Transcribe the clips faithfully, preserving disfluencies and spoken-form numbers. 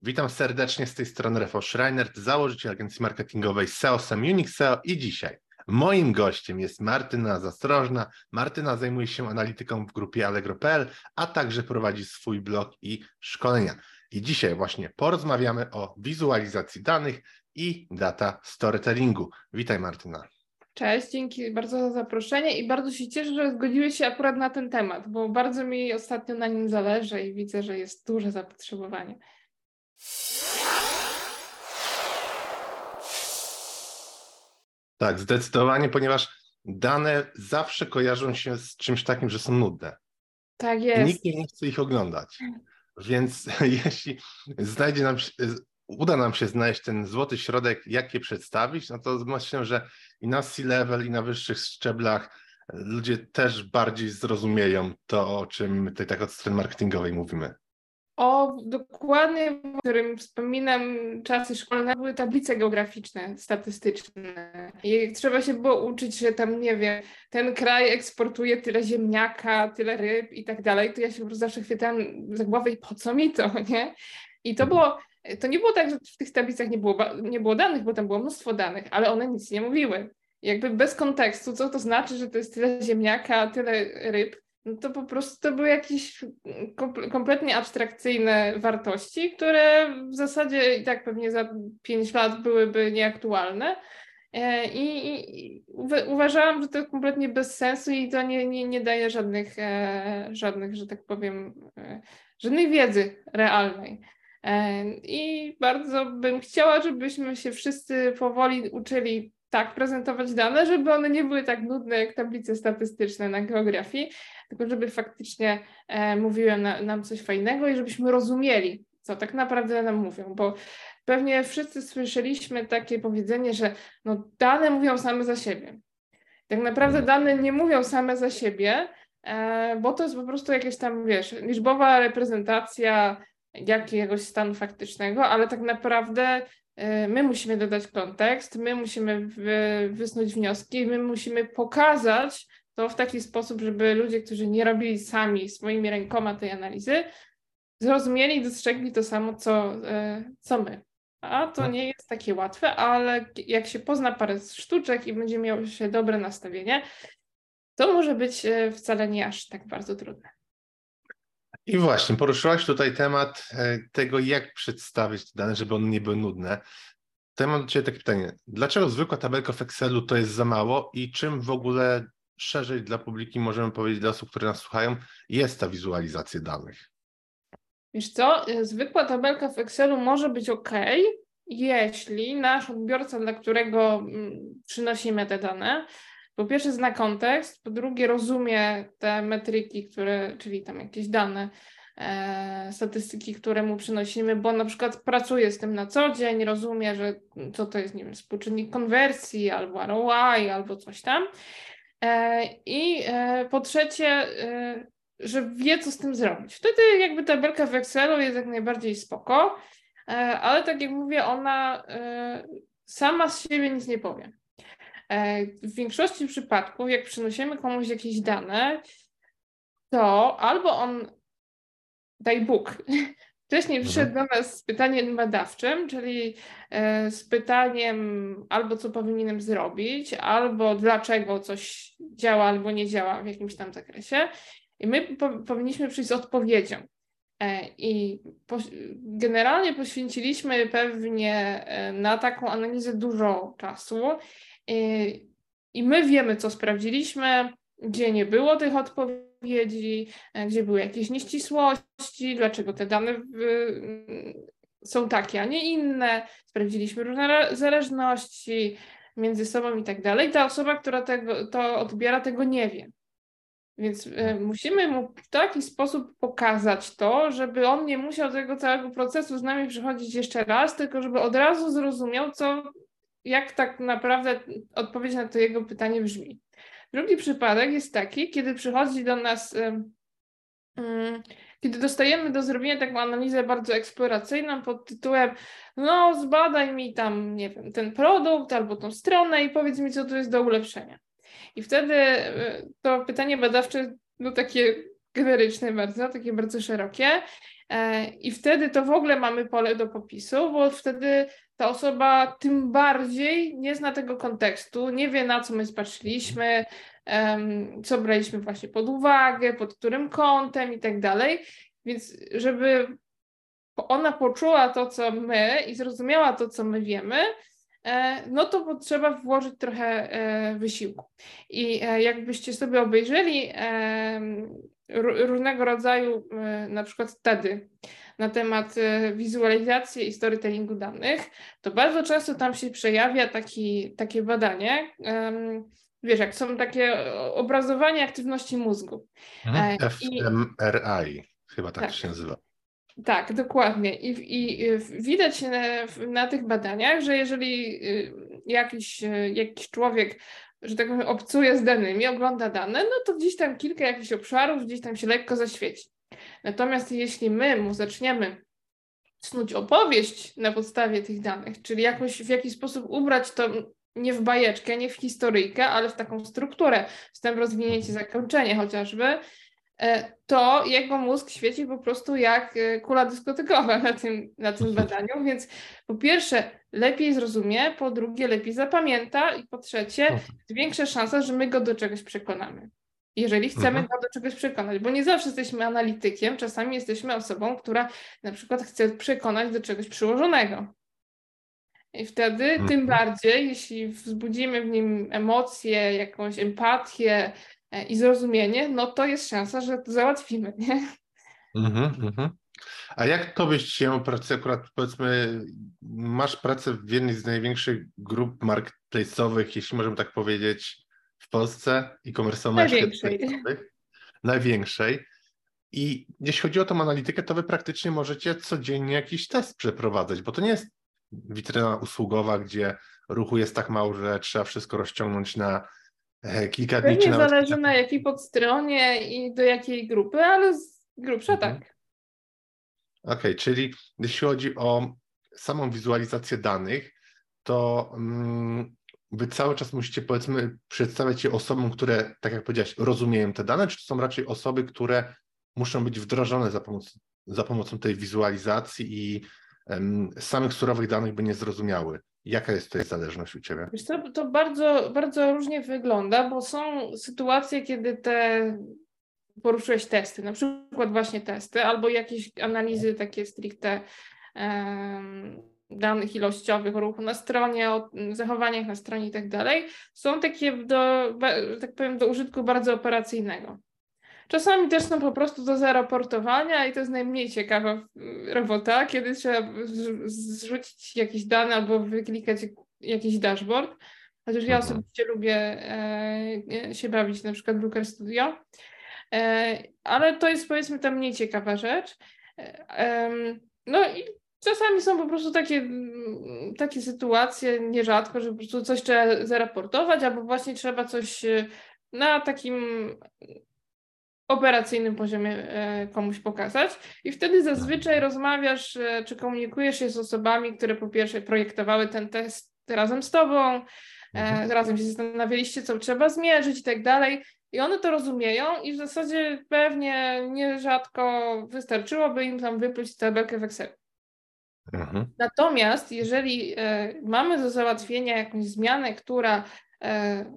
Witam serdecznie z tej strony Rafał Schreiner, założyciel agencji marketingowej S E O Semionik S E O i dzisiaj moim gościem jest Martyna Zastrożna. Martyna zajmuje się analityką w grupie Allegro kropka p l, a także prowadzi swój blog i szkolenia. I dzisiaj właśnie porozmawiamy o wizualizacji danych i data storytellingu. Witaj Martyna. Cześć, dzięki bardzo za zaproszenie i bardzo się cieszę, że zgodziłeś się akurat na ten temat, bo bardzo mi ostatnio na nim zależy i widzę, że jest duże zapotrzebowanie. Tak, zdecydowanie, ponieważ dane zawsze kojarzą się z czymś takim, że są nudne. Tak I jest. nikt nie chce ich oglądać. Więc jeśli znajdzie nam się, uda nam się znaleźć ten złoty środek, jak je przedstawić, no to myślę, że i na C-level, i na wyższych szczeblach ludzie też bardziej zrozumieją to, o czym tutaj tak od strony marketingowej mówimy. O, dokładnie, w którym wspominam czasy szkolne, były tablice geograficzne, statystyczne. I trzeba się było uczyć, że tam, nie wiem, ten kraj eksportuje tyle ziemniaka, tyle ryb i tak dalej. To ja się po prostu zawsze chwytałam za głowę i po co mi to, nie? I to było, to nie było tak, że w tych tablicach nie było, nie było danych, bo tam było mnóstwo danych, ale one nic nie mówiły. Jakby bez kontekstu, co to znaczy, że to jest tyle ziemniaka, tyle ryb, no to po prostu to były jakieś kompletnie abstrakcyjne wartości, które w zasadzie i tak pewnie za pięć lat byłyby nieaktualne. I, i uważałam, że to jest kompletnie bez sensu i to nie, nie, nie daje żadnych, żadnych, że tak powiem, żadnej wiedzy realnej. I bardzo bym chciała, żebyśmy się wszyscy powoli uczyli tak prezentować dane, żeby one nie były tak nudne jak tablice statystyczne na geografii, tylko żeby faktycznie e, mówiły na, nam coś fajnego i żebyśmy rozumieli, co tak naprawdę nam mówią, bo pewnie wszyscy słyszeliśmy takie powiedzenie, że no, dane mówią same za siebie. Tak naprawdę dane nie mówią same za siebie, e, bo to jest po prostu jakaś tam, wiesz, liczbowa reprezentacja jakiegoś stanu faktycznego, ale tak naprawdę my musimy dodać kontekst, my musimy wy, wysnuć wnioski, my musimy pokazać to w taki sposób, żeby ludzie, którzy nie robili sami swoimi rękoma tej analizy, zrozumieli i dostrzegli to samo, co, co my. A to nie jest takie łatwe, ale jak się pozna parę sztuczek i będzie miało się dobre nastawienie, to może być wcale nie aż tak bardzo trudne. I właśnie, poruszyłaś tutaj temat tego, jak przedstawić te dane, żeby one nie były nudne. To ja mam do Ciebie takie pytanie. Dlaczego zwykła tabelka w Excelu to jest za mało i czym w ogóle szerzej dla publiki możemy powiedzieć, dla osób, które nas słuchają, jest ta wizualizacja danych? Wiesz co, zwykła tabelka w Excelu może być ok, jeśli nasz odbiorca, dla którego przynosimy te dane, po pierwsze zna kontekst, po drugie rozumie te metryki, które, czyli tam jakieś dane, e, statystyki, które mu przynosimy, bo na przykład pracuje z tym na co dzień, rozumie, że co to jest, nie wiem, współczynnik konwersji albo R O I albo coś tam. E, I e, po trzecie, e, że wie, co z tym zrobić. Wtedy jakby tabelka w Excelu jest jak najbardziej spoko, e, ale tak jak mówię, ona e, sama z siebie nic nie powie. W większości przypadków, jak przynosimy komuś jakieś dane, to albo on, daj Bóg, wcześniej przyszedł do nas z pytaniem badawczym, czyli z pytaniem albo co powinienem zrobić, albo dlaczego coś działa albo nie działa w jakimś tam zakresie. I my po, powinniśmy przyjść z odpowiedzią. I po, generalnie poświęciliśmy pewnie na taką analizę dużo czasu. I my wiemy, co sprawdziliśmy, gdzie nie było tych odpowiedzi, gdzie były jakieś nieścisłości, dlaczego te dane w, są takie, a nie inne. Sprawdziliśmy różne zależności między sobą i tak dalej. Ta osoba, która tego, to odbiera, tego nie wie. Więc y, musimy mu w taki sposób pokazać to, żeby on nie musiał tego całego procesu z nami przechodzić jeszcze raz, tylko żeby od razu zrozumiał, co jak tak naprawdę odpowiedź na to jego pytanie brzmi. Drugi przypadek jest taki, kiedy przychodzi do nas, um, um, kiedy dostajemy do zrobienia taką analizę bardzo eksploracyjną pod tytułem no zbadaj mi tam, nie wiem, ten produkt albo tą stronę i powiedz mi, co tu jest do ulepszenia. I wtedy to pytanie badawcze, no takie generyczne bardzo, takie bardzo szerokie, I wtedy to w ogóle mamy pole do popisu, bo wtedy ta osoba tym bardziej nie zna tego kontekstu, nie wie, na co my spatrzyliśmy, co braliśmy właśnie pod uwagę, pod którym kątem i tak dalej. Więc żeby ona poczuła to, co my i zrozumiała to, co my wiemy, no to potrzeba włożyć trochę wysiłku. I jakbyście sobie obejrzeli różnego rodzaju na przykład TEDy na temat wizualizacji i storytellingu danych, to bardzo często tam się przejawia taki, takie badanie, wiesz, jak są takie obrazowanie aktywności mózgu. F M R I, chyba tak, tak to się nazywa. Tak, dokładnie. I, i widać na, na tych badaniach, że jeżeli jakiś, jakiś człowiek, że tak powiem, obcuje z danymi, ogląda dane, no to gdzieś tam kilka jakichś obszarów gdzieś tam się lekko zaświeci. Natomiast jeśli my mu zaczniemy snuć opowieść na podstawie tych danych, czyli jakoś w jakiś sposób ubrać to nie w bajeczkę, nie w historyjkę, ale w taką strukturę, wstęp, rozwinięcie, zakończenie chociażby, to jego mózg świeci po prostu jak kula dyskotekowa na tym, na tym badaniu, więc po pierwsze lepiej zrozumie, po drugie lepiej zapamięta i po trzecie zwiększa szansa, że my go do czegoś przekonamy. Jeżeli chcemy mhm. go do czegoś przekonać, bo nie zawsze jesteśmy analitykiem, czasami jesteśmy osobą, która na przykład chce przekonać do czegoś przyłożonego. I wtedy mhm. tym bardziej, jeśli wzbudzimy w nim emocje, jakąś empatię i zrozumienie, no to jest szansa, że to załatwimy, nie? Mhm, mhm. A jak to byś się pracuje, akurat powiedzmy, masz pracę w jednej z największych grup marketplace'owych, jeśli możemy tak powiedzieć, w Polsce, e-commerce marketplace'owych, największej. I jeśli chodzi o tą analitykę, to wy praktycznie możecie codziennie jakiś test przeprowadzać, bo to nie jest witryna usługowa, gdzie ruchu jest tak mało, że trzeba wszystko rozciągnąć na kilka dni. Pewnie zależy kilka... na jakiej podstronie i do jakiej grupy, ale z grubsza mhm. tak. Okej, okay, czyli jeśli chodzi o samą wizualizację danych, to mm, wy cały czas musicie, powiedzmy, przedstawiać je osobom, które, tak jak powiedziałeś, rozumieją te dane, czy to są raczej osoby, które muszą być wdrożone za pomocą, za pomocą tej wizualizacji i um, samych surowych danych by nie zrozumiały? Jaka jest tutaj zależność u Ciebie? Wiesz co, to bardzo, bardzo różnie wygląda, bo są sytuacje, kiedy te poruszyłeś testy, na przykład właśnie testy, albo jakieś analizy takie stricte um, danych ilościowych, ruchu na stronie, o zachowaniach na stronie i tak dalej, są takie do, tak powiem, do użytku bardzo operacyjnego. Czasami też są po prostu do zaraportowania i to jest najmniej ciekawa robota, kiedy trzeba zrzucić jakieś dane albo wyklikać jakiś dashboard. Chociaż ja osobiście lubię e, się bawić na przykład w Looker Studio, e, ale to jest, powiedzmy, ta mniej ciekawa rzecz. E, no i czasami są po prostu takie, takie sytuacje, nierzadko, że po prostu coś trzeba zaraportować, albo właśnie trzeba coś na takim operacyjnym poziomie komuś pokazać i wtedy zazwyczaj rozmawiasz czy komunikujesz się z osobami, które po pierwsze projektowały ten test razem z tobą, mhm. razem się zastanawialiście, co trzeba zmierzyć i tak dalej i one to rozumieją i w zasadzie pewnie nierzadko wystarczyłoby im tam wypluć tabelkę w Excelu. Mhm. Natomiast jeżeli e, mamy do załatwienia jakąś zmianę, która e,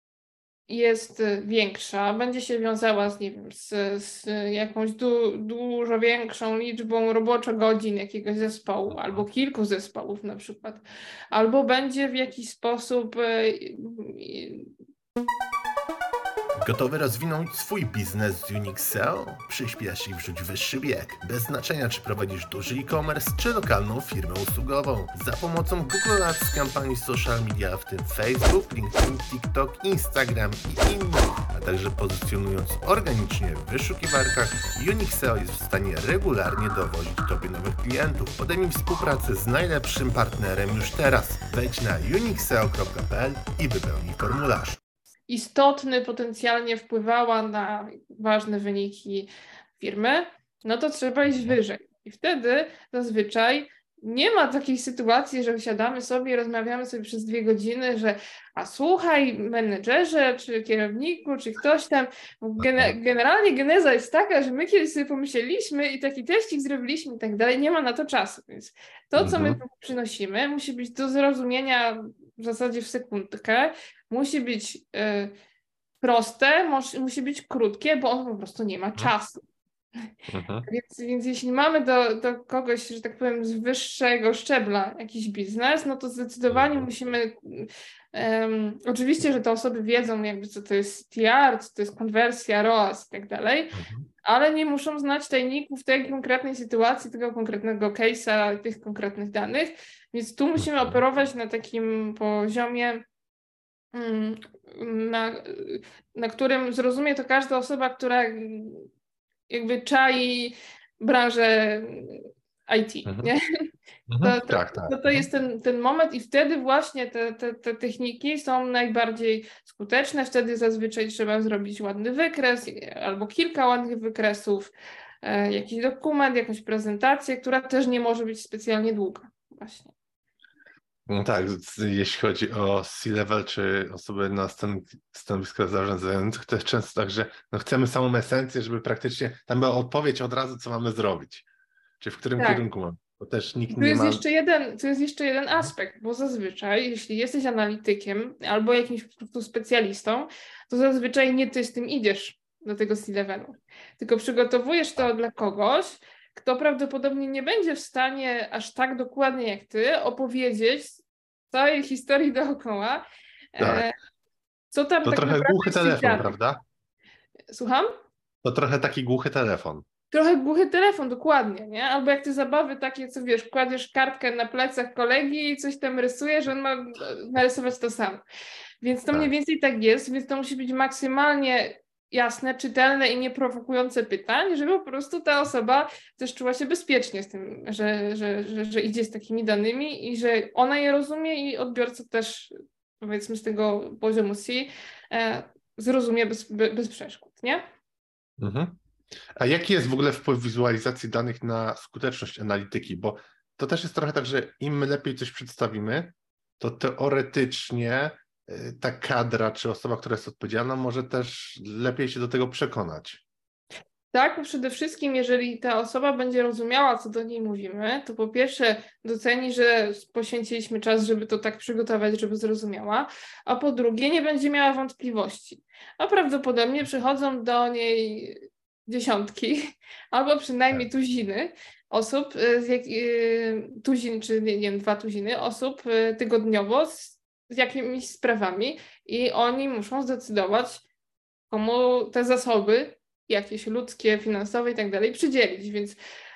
jest większa, będzie się wiązała z, nie wiem, z, z jakąś du, dużo większą liczbą roboczo-godzin jakiegoś zespołu, albo kilku zespołów na przykład, albo będzie w jakiś sposób... Gotowy rozwinąć swój biznes z Unixeo? Przyspiesz i wrzuć wyższy bieg. Bez znaczenia, czy prowadzisz duży e-commerce, czy lokalną firmę usługową. Za pomocą Google Ads, kampanii social media, w tym Facebook, LinkedIn, TikTok, Instagram i innych, a także pozycjonując organicznie w wyszukiwarkach, Unixeo jest w stanie regularnie dowozić Tobie nowych klientów. Podejmij współpracę z najlepszym partnerem już teraz. Wejdź na unixeo kropka p l i wypełnij formularz. Istotny potencjalnie wpływała na ważne wyniki firmy, no to trzeba iść wyżej. I wtedy zazwyczaj nie ma takiej sytuacji, że siadamy sobie i rozmawiamy sobie przez dwie godziny, że a słuchaj, menedżerze, czy kierowniku, czy ktoś tam. Gene, generalnie geneza jest taka, że my kiedyś sobie pomyśleliśmy i taki teścik zrobiliśmy i tak dalej, nie ma na to czasu. Więc to, co my Mhm. przynosimy, musi być do zrozumienia w zasadzie w sekundkę, musi być y, proste, mus, musi być krótkie, bo on po prostu nie ma czasu. Mhm. Więc, więc jeśli mamy do, do kogoś, że tak powiem, z wyższego szczebla jakiś biznes, no to zdecydowanie Mhm. musimy, um, oczywiście, że te osoby wiedzą jakby co to jest C T R, co to jest konwersja, R O A S i tak dalej, Mhm. ale nie muszą znać tajników tej konkretnej sytuacji, tego konkretnego case'a, tych konkretnych danych, więc tu musimy Mhm. operować na takim poziomie, mm, na, na którym zrozumie to każda osoba, która jakby czai branżę I T, Mhm. nie? Mhm. To, to, Tak, tak. to, to Mhm. jest ten, ten moment i wtedy właśnie te, te, te techniki są najbardziej skuteczne. Wtedy zazwyczaj trzeba zrobić ładny wykres albo kilka ładnych wykresów, e, jakiś dokument, jakąś prezentację, która też nie może być specjalnie długa. Właśnie. No tak, z- jeśli chodzi o C-level czy osoby na stan- stanowiskach zarządzających, to jest często tak, że no chcemy samą esencję, żeby praktycznie tam była odpowiedź od razu, co mamy zrobić, czy w którym Tak. kierunku mamy. Bo też nikt Tu nie jest ma. jeszcze jeden, tu jest jeszcze jeden aspekt, bo zazwyczaj, jeśli jesteś analitykiem albo jakimś po prostu specjalistą, to zazwyczaj nie ty z tym idziesz do tego C-levelu, tylko przygotowujesz to dla kogoś, kto prawdopodobnie nie będzie w stanie aż tak dokładnie jak ty opowiedzieć całej historii dookoła, e, Tak, co tam to tak trochę naprawdę głuchy jest w tych telefon, danych. prawda? Słucham? To trochę taki głuchy telefon. Trochę głuchy telefon, dokładnie, nie? Albo jak te zabawy takie, co wiesz, kładziesz kartkę na plecach kolegi i coś tam rysuje, że on ma narysować to samo. Więc to mniej Tak. więcej tak jest, więc to musi być maksymalnie jasne, czytelne i nieprowokujące pytań, żeby po prostu ta osoba też czuła się bezpiecznie z tym, że, że, że, że idzie z takimi danymi i że ona je rozumie i odbiorca też, powiedzmy, z tego poziomu C e, zrozumie bez, bez przeszkód, nie? Mhm. A jaki jest w ogóle wpływ wizualizacji danych na skuteczność analityki? Bo to też jest trochę tak, że im lepiej coś przedstawimy, to teoretycznie y, ta kadra czy osoba, która jest odpowiedzialna, może też lepiej się do tego przekonać. Tak, przede wszystkim, jeżeli ta osoba będzie rozumiała, co do niej mówimy, to po pierwsze doceni, że poświęciliśmy czas, żeby to tak przygotować, żeby zrozumiała, a po drugie nie będzie miała wątpliwości. A prawdopodobnie przychodzą do niej dziesiątki, albo przynajmniej tuziny osób, y, z jak, y, tuzin czy nie, nie wiem, dwa tuziny osób y, tygodniowo z, z jakimiś sprawami i oni muszą zdecydować, komu te zasoby jakieś ludzkie, finansowe i tak dalej przydzielić, więc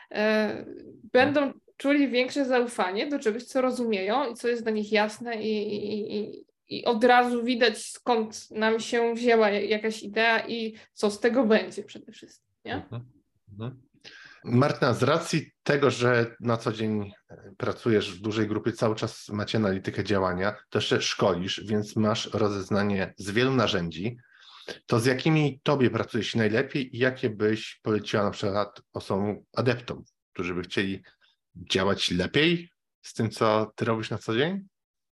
e, będą czuli większe zaufanie do czegoś, co rozumieją i co jest dla nich jasne i, i, i, i od razu widać, skąd nam się wzięła jakaś idea i co z tego będzie przede wszystkim, nie? Mhm. Mhm. Martyna, z racji tego, że na co dzień pracujesz w dużej grupie, cały czas macie analitykę działania, to jeszcze szkolisz, więc masz rozeznanie z wielu narzędzi. To z jakimi tobie pracuje się najlepiej i jakie byś poleciła na przykład osobom, adeptom, którzy by chcieli działać lepiej z tym, co ty robisz na co dzień?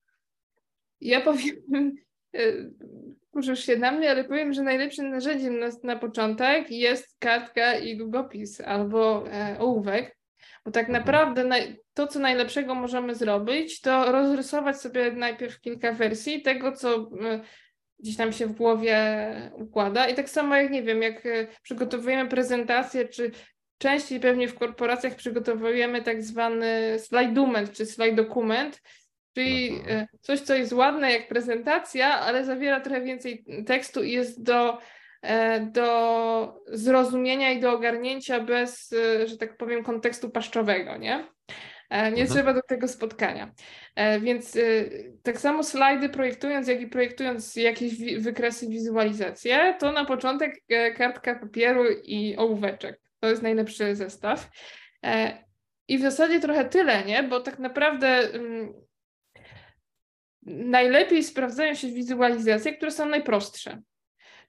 Ja powiem, kurzysz się na mnie, ale powiem, że najlepszym narzędziem na, na początek jest kartka i długopis albo e, ołówek, bo tak Mhm. naprawdę naj, to, co najlepszego możemy zrobić, to rozrysować sobie najpierw kilka wersji tego, co e, gdzieś tam się w głowie układa i tak samo jak, nie wiem, jak e, przygotowujemy prezentację, czy częściej pewnie w korporacjach przygotowujemy tak zwany slajdument, czy slajdokument, czyli Mhm. e, coś, co jest ładne jak prezentacja, ale zawiera trochę więcej tekstu i jest do, e, do zrozumienia i do ogarnięcia bez, e, że tak powiem, kontekstu paszczowego, nie? E, Nie Mhm. trzeba do tego spotkania. E, Więc e, tak samo slajdy projektując, jak i projektując jakieś wi- wykresy, wizualizacje, to na początek e, kartka papieru i ołóweczek. To jest najlepszy zestaw. E, I w zasadzie trochę tyle, nie? Bo tak naprawdę mm, najlepiej sprawdzają się wizualizacje, które są najprostsze.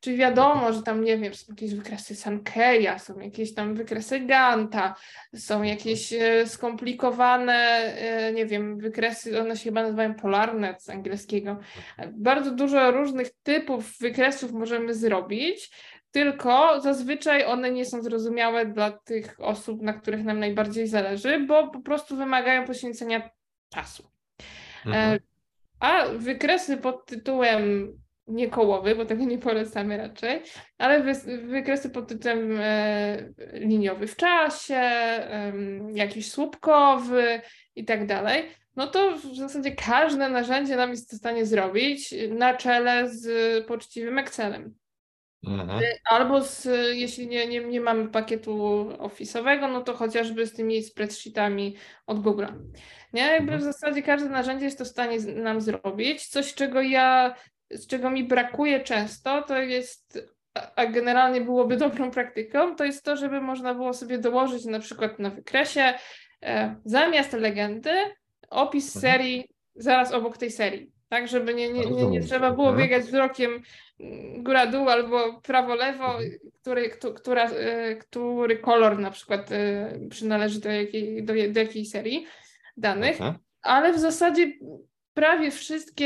Czyli wiadomo, że tam, nie wiem, są jakieś wykresy Sankeya, są jakieś tam wykresy Ganta, są jakieś e, skomplikowane, e, nie wiem, wykresy, one się chyba nazywają polarne z angielskiego. Bardzo dużo różnych typów wykresów możemy zrobić, tylko zazwyczaj one nie są zrozumiałe dla tych osób, na których nam najbardziej zależy, bo po prostu wymagają poświęcenia czasu. Mhm. A wykresy pod tytułem nie kołowy, bo tego nie polecamy raczej, ale wy, wykresy pod tytułem e, liniowy w czasie, e, jakiś słupkowy i tak dalej, no to w zasadzie każde narzędzie nam jest w stanie zrobić na czele z poczciwym Excelem. Mhm. Albo z, jeśli nie, nie, nie mamy pakietu office'owego, no to chociażby z tymi spreadsheetami od Google'a. Nie, jakby w Mhm. zasadzie każde narzędzie jest to w stanie z- nam zrobić. Coś, czego ja, z czego mi brakuje często, to jest, a a generalnie byłoby dobrą praktyką, to jest to, żeby można było sobie dołożyć na przykład na wykresie e, zamiast legendy opis Mhm. serii zaraz obok tej serii. Tak, żeby nie, nie, nie, nie Rozumiem. trzeba było Mhm. biegać wzrokiem góra-dół albo prawo-lewo, Mhm. który, któ- która, y, który kolor na przykład y, przynależy do jakiej, do, je- do jakiej serii danych, Mhm. ale w zasadzie prawie wszystkie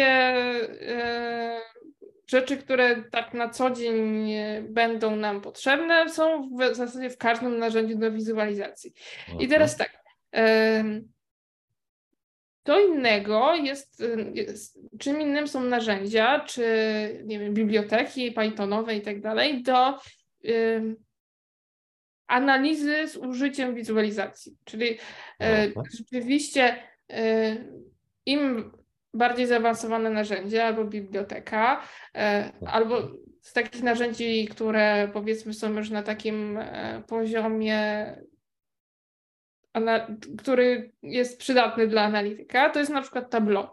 y, rzeczy, które tak na co dzień y, będą nam potrzebne, są w zasadzie w każdym narzędziu do wizualizacji. I Mhm. teraz tak, ym, to innego jest, jest, czym innym są narzędzia, czy nie wiem, biblioteki Pythonowe i tak dalej, do ym, analizy z użyciem wizualizacji. Czyli y, Mhm. rzeczywiście y, im bardziej zaawansowane narzędzie albo biblioteka, y, albo z takich narzędzi, które powiedzmy są już na takim y, poziomie ana- który jest przydatny dla analityka, to jest na przykład Tableau.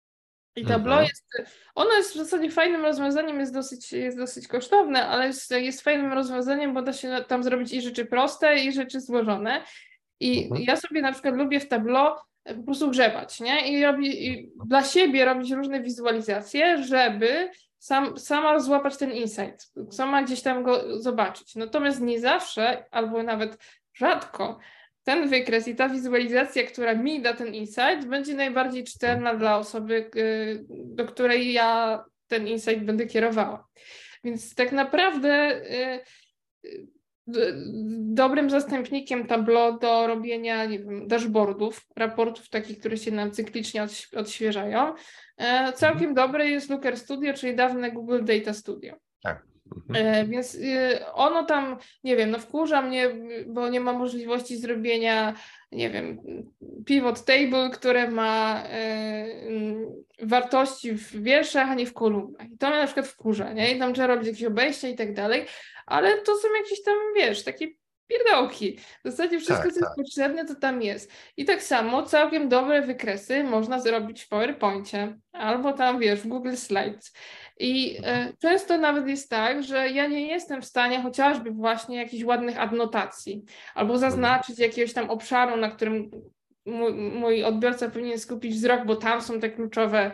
I Tableau Mhm. jest, ono jest w zasadzie fajnym rozwiązaniem, jest dosyć, jest dosyć kosztowne, ale jest, jest fajnym rozwiązaniem, bo da się tam zrobić i rzeczy proste, i rzeczy złożone. I Mhm. ja sobie na przykład lubię w Tableau po prostu grzebać, nie? I, robi, i dla siebie robić różne wizualizacje, żeby sam, sama złapać ten insight, sama gdzieś tam go zobaczyć. Natomiast nie zawsze, albo nawet rzadko, ten wykres i ta wizualizacja, która mi da ten insight, będzie najbardziej czytelna dla osoby, y, do której ja ten insight będę kierowała. Więc tak naprawdę y, y, d- dobrym zastępnikiem Tableau do robienia, nie wiem, dashboardów, raportów takich, które się nam cyklicznie odś- odświeżają, e, Mhm. całkiem dobre jest Looker Studio, czyli dawne Google Data Studio. Tak. Mhm. E, Więc y, ono tam, nie wiem, no wkurza mnie, y, bo nie ma możliwości zrobienia, nie wiem, pivot table, które ma y, mm, wartości w wierszach, a nie w kolumnach. I to mnie na przykład wkurza, nie? I tam trzeba robić jakieś obejścia i tak dalej, ale to są jakieś tam, wiesz, takie pierdołki. W zasadzie wszystko, Tak, co jest tak. potrzebne, to tam jest. I tak samo całkiem dobre wykresy można zrobić w PowerPoincie albo tam, wiesz, w Google Slides. I Mhm. e, często nawet jest tak, że ja nie jestem w stanie chociażby właśnie jakichś ładnych adnotacji albo Mhm. zaznaczyć jakiegoś tam obszaru, na którym mój, mój odbiorca powinien skupić wzrok, bo tam są te kluczowe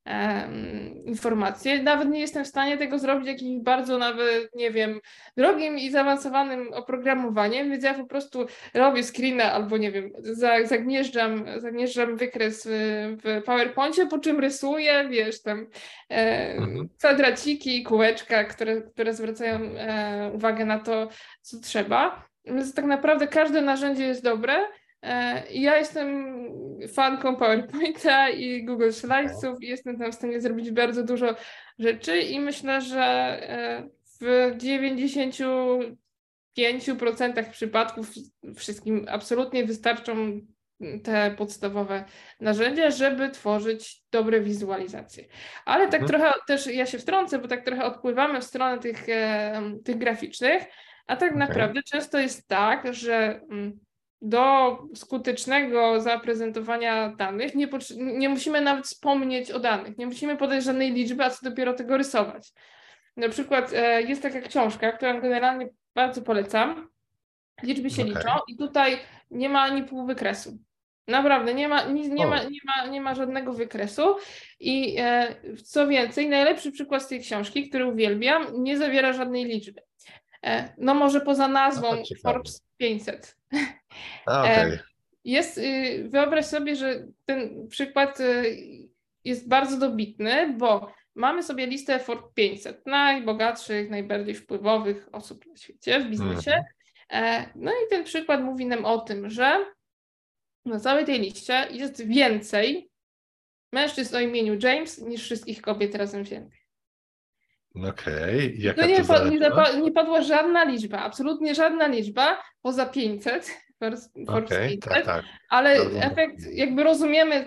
em, informacje. Nawet nie jestem w stanie tego zrobić jakimś bardzo nawet, nie wiem, drogim i zaawansowanym oprogramowaniem, więc ja po prostu robię screena albo, nie wiem, za, zagnieżdżam, zagnieżdżam wykres w, w PowerPoincie, po czym rysuję, wiesz, tam e, Mhm. kwadraciki i kółeczka, które, które zwracają e, uwagę na to, co trzeba. Więc tak naprawdę każde narzędzie jest dobre. E, i ja jestem fanką PowerPointa i Google Slidesów i jestem tam w stanie zrobić bardzo dużo rzeczy i myślę, że e, w dziewięćdziesięciu pięciu procentach przypadków wszystkim absolutnie wystarczą te podstawowe narzędzia, żeby tworzyć dobre wizualizacje. Ale tak Mhm. trochę też ja się wtrącę, bo tak trochę odpływamy w stronę tych, e, tych graficznych, a tak Okej. naprawdę często jest tak, że mm, do skutecznego zaprezentowania danych nie, potrze- nie musimy nawet wspomnieć o danych, nie musimy podać żadnej liczby, a co dopiero tego rysować. Na przykład e, jest taka książka, którą generalnie bardzo polecam. Liczby się liczą Okej. i tutaj nie ma ani pół wykresu. Naprawdę, nie ma, nie, nie O. ma, nie ma, nie ma żadnego wykresu i e, co więcej, najlepszy przykład z tej książki, który uwielbiam, nie zawiera żadnej liczby. E, no może poza No to nazwą ciekawe. Forbes pięćset. A, E, okej. jest, y, wyobraź sobie, że ten przykład y, jest bardzo dobitny, bo mamy sobie listę Forbes pięćset najbogatszych, najbardziej wpływowych osób na świecie, w biznesie. Mhm. E, no i ten przykład mówi nam o tym, że na całej tej liście jest więcej mężczyzn o imieniu James niż wszystkich kobiet razem wziętych. Okej. I tu Jaka nie, to pa- nie, zależność? zapa- nie padła żadna liczba, absolutnie żadna liczba poza pięćset, Forbes Forbes Okej, tak, pięćset, tak. ale Bardzo efekt, jakby rozumiemy,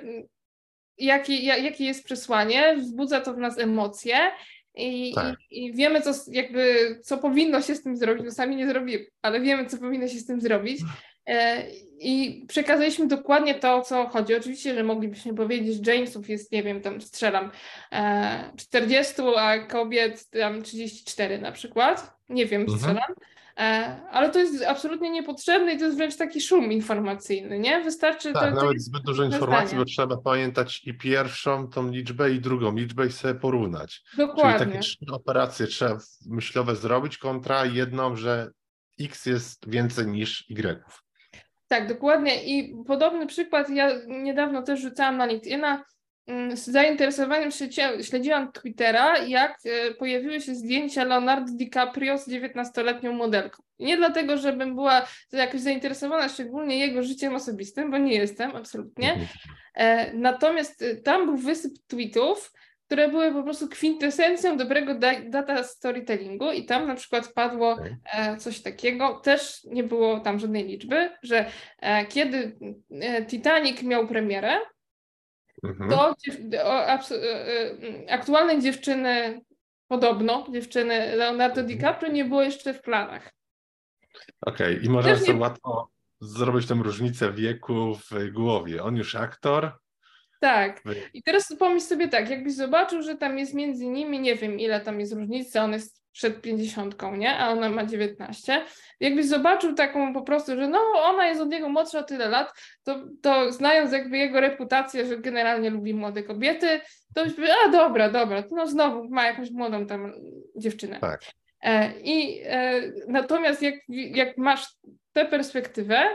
jaki, ja- jakie jest przesłanie, wzbudza to w nas emocje i, i, tak. i wiemy, co, s- jakby, co powinno się z tym zrobić. No sami nie zrobimy, ale wiemy, co powinno się z tym zrobić. E, I przekazaliśmy dokładnie to, o co chodzi. Oczywiście, że moglibyśmy powiedzieć, że Jamesów jest, nie wiem, tam strzelam e, czterdzieści, a kobiet tam trzydzieści cztery na przykład. Nie wiem, Mhm. strzelam. E, ale to jest absolutnie niepotrzebne i to jest wręcz taki szum informacyjny, nie? Wystarczy, to, Tak, to nawet jest zbyt dużo jedno informacji, zdanie. bo trzeba pamiętać i pierwszą tą liczbę, i drugą liczbę i sobie porównać. Czyli takie Dokładnie. trzy operacje trzeba myślowe zrobić kontra jedną, że X jest więcej niż Y. Tak, dokładnie. I podobny przykład ja niedawno też rzucałam na LinkedIna. Mm, Z zainteresowaniem śledziłam, śledziłam Twittera, jak e, pojawiły się zdjęcia Leonardo DiCaprio z dziewiętnastoletnią modelką. I nie dlatego, żebym była jakoś zainteresowana szczególnie jego życiem osobistym, bo nie jestem, absolutnie. Mhm. E, Natomiast e, tam był wysyp tweetów, które były po prostu kwintesencją dobrego da- data storytellingu i tam na przykład padło Okej. e, coś takiego, też nie było tam żadnej liczby, że e, kiedy e, Titanic miał premierę, Mhm. to dziew- o, abs- e, e, aktualnej dziewczyny, podobno dziewczyny Leonardo Mhm. DiCaprio nie było jeszcze w planach. Okej, i można Też sobie nie, łatwo zrobić tę różnicę wieku w głowie. On już aktor. tak. Wy... I teraz pomyśl sobie tak, jakbyś zobaczył, że tam jest między nimi, nie wiem ile tam jest różnicy, on jest przed pięćdziesiątką, nie? A ona ma dziewiętnaście. Jakbyś zobaczył taką po prostu, że no ona jest od niego młodsza o tyle lat, to, to znając jakby jego reputację, że generalnie lubi młode kobiety, to byś powiedział, a dobra, dobra, to no znowu ma jakąś młodą tam dziewczynę. Tak. E, I e, natomiast jak, jak masz tę perspektywę,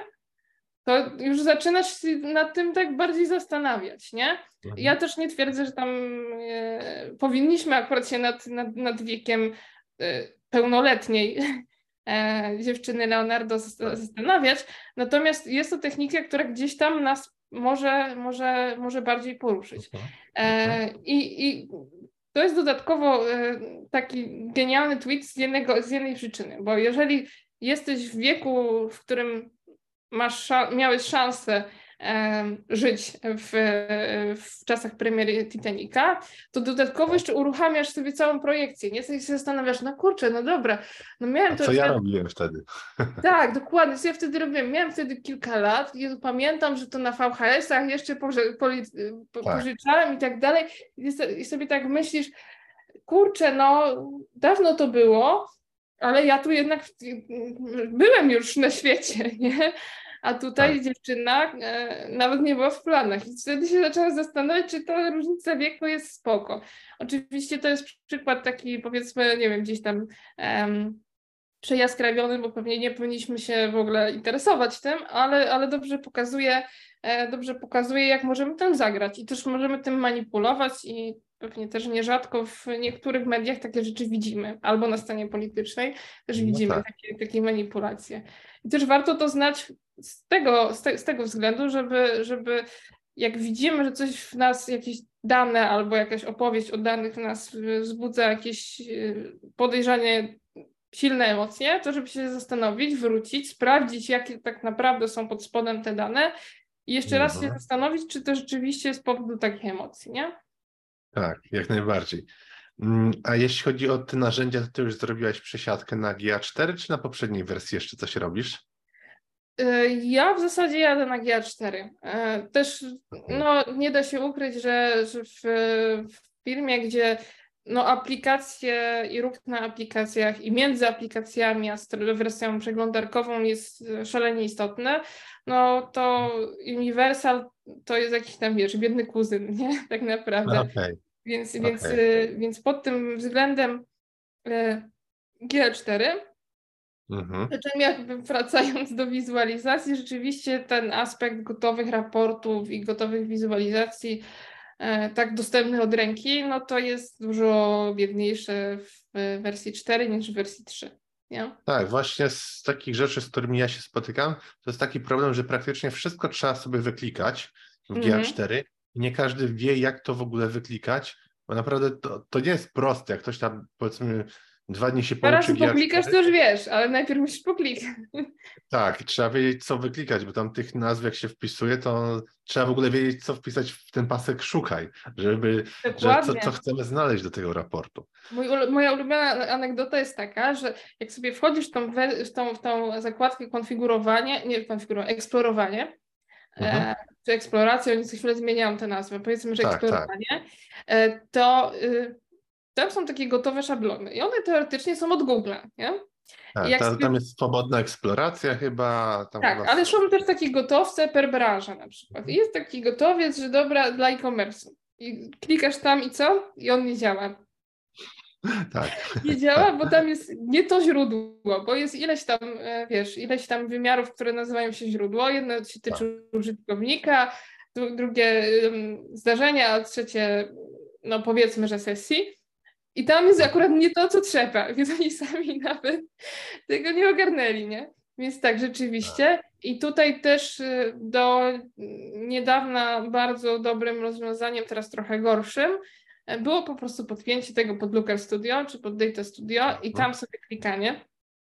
to już zaczynasz się nad tym tak bardziej zastanawiać, nie? Mhm. Ja też nie twierdzę, że tam e, powinniśmy akurat się nad, nad, nad wiekiem e, pełnoletniej e, dziewczyny Leonardo zas- zastanawiać, natomiast jest to technika, która gdzieś tam nas może, może, może bardziej poruszyć. Mhm. E, i, I to jest dodatkowo e, taki genialny tweet z, jednego, z jednej przyczyny, bo jeżeli jesteś w wieku, w którym masz szan- miałeś szansę e, żyć w, w czasach premiery Titanica, to dodatkowo jeszcze uruchamiasz sobie całą projekcję, nie? Sobie się zastanawiasz, no kurczę, no dobra, no miałem A to... co ja wtedy- robiłem wtedy? Tak, dokładnie, co ja wtedy robiłem? Miałem wtedy kilka lat i pamiętam, że to na V H S-ach jeszcze poży- poli- po- Tak. pożyczałem i tak dalej i so- i sobie tak myślisz, kurczę, no dawno to było, ale ja tu jednak byłem już na świecie, nie? A tutaj Tak. dziewczyna e, nawet nie była w planach. I wtedy się zaczęłam zastanawiać, czy ta różnica wieku jest spoko. Oczywiście to jest przykład taki, powiedzmy, nie wiem, gdzieś tam em, przejaskrawiony, bo pewnie nie powinniśmy się w ogóle interesować tym, ale, ale dobrze pokazuje, e, dobrze pokazuje, jak możemy tym zagrać i też możemy tym manipulować i pewnie też nierzadko w niektórych mediach takie rzeczy widzimy, albo na scenie politycznej też No widzimy tak. takie, takie manipulacje. I też warto to znać z tego, z, te, z tego względu, żeby, żeby jak widzimy, że coś w nas, jakieś dane albo jakaś opowieść o danych w nas wzbudza jakieś y, podejrzanie, silne emocje, to żeby się zastanowić, wrócić, sprawdzić, jakie tak naprawdę są pod spodem te dane i jeszcze raz się Mhm. zastanowić, czy to rzeczywiście z powodu takich emocji, nie? Tak, jak najbardziej. Mm, A jeśli chodzi o te narzędzia, to ty już zrobiłaś przesiadkę na G A cztery, czy na poprzedniej wersji jeszcze coś robisz? Y, Ja w zasadzie jadę na G A cztery. Y, Też no, nie da się ukryć, że, że w, w firmie, gdzie no, aplikacje i ruch na aplikacjach i między aplikacjami a wersją przeglądarkową jest szalenie istotny, no to Universal to jest jakiś tam, wiesz, biedny kuzyn, nie? Tak naprawdę. Okay. Więc, Okay. więc, więc pod tym względem G L cztery, mhm. przy czym jakby wracając do wizualizacji, rzeczywiście ten aspekt gotowych raportów i gotowych wizualizacji tak dostępnych od ręki, no to jest dużo biedniejsze w wersji cztery niż w wersji trzy. Nie? Tak, właśnie z takich rzeczy, z którymi ja się spotykam, to jest taki problem, że praktycznie wszystko trzeba sobie wyklikać w G A cztery mm-hmm. i nie każdy wie, jak to w ogóle wyklikać, bo naprawdę to, to nie jest proste, jak ktoś tam, powiedzmy, dwa dni się pouczy Teraz poklikasz, to już wiesz, ale najpierw musisz poklikać. Tak, trzeba wiedzieć, co wyklikać, bo tam tych nazw, jak się wpisuje, to trzeba w ogóle wiedzieć, co wpisać w ten pasek szukaj, żeby, że co, co chcemy znaleźć do tego raportu. Mój, moja ulubiona anegdota jest taka, że jak sobie wchodzisz w tą, w tą, w tą zakładkę konfigurowanie, nie konfigurowanie, eksplorowanie, mhm. e, czy eksplorację, oni co chwilę zmieniają tę nazwę, powiedzmy, że tak, eksplorowanie, tak. E, to y, tam są takie gotowe szablony i one teoretycznie są od Google'a, nie? Tak, ta, tam jest swobodna eksploracja chyba. Tam tak, chyba... ale są też takie gotowce per branża na przykład. I jest taki gotowiec, że dobra, dla e-commerce. I klikasz tam i co? I on nie działa. Tak. Nie działa, bo tam jest nie to źródło, bo jest ileś tam, wiesz, ileś tam wymiarów, które nazywają się źródło. Jedno się tyczy tak. użytkownika, drugie um, zdarzenia, a trzecie, no powiedzmy, że sesji. I tam jest akurat nie to, co trzeba, więc oni sami nawet tego nie ogarnęli, nie? Więc tak, rzeczywiście. I tutaj też do niedawna bardzo dobrym rozwiązaniem, teraz trochę gorszym, było po prostu podpięcie tego pod Looker Studio czy pod Data Studio i tam sobie klikanie,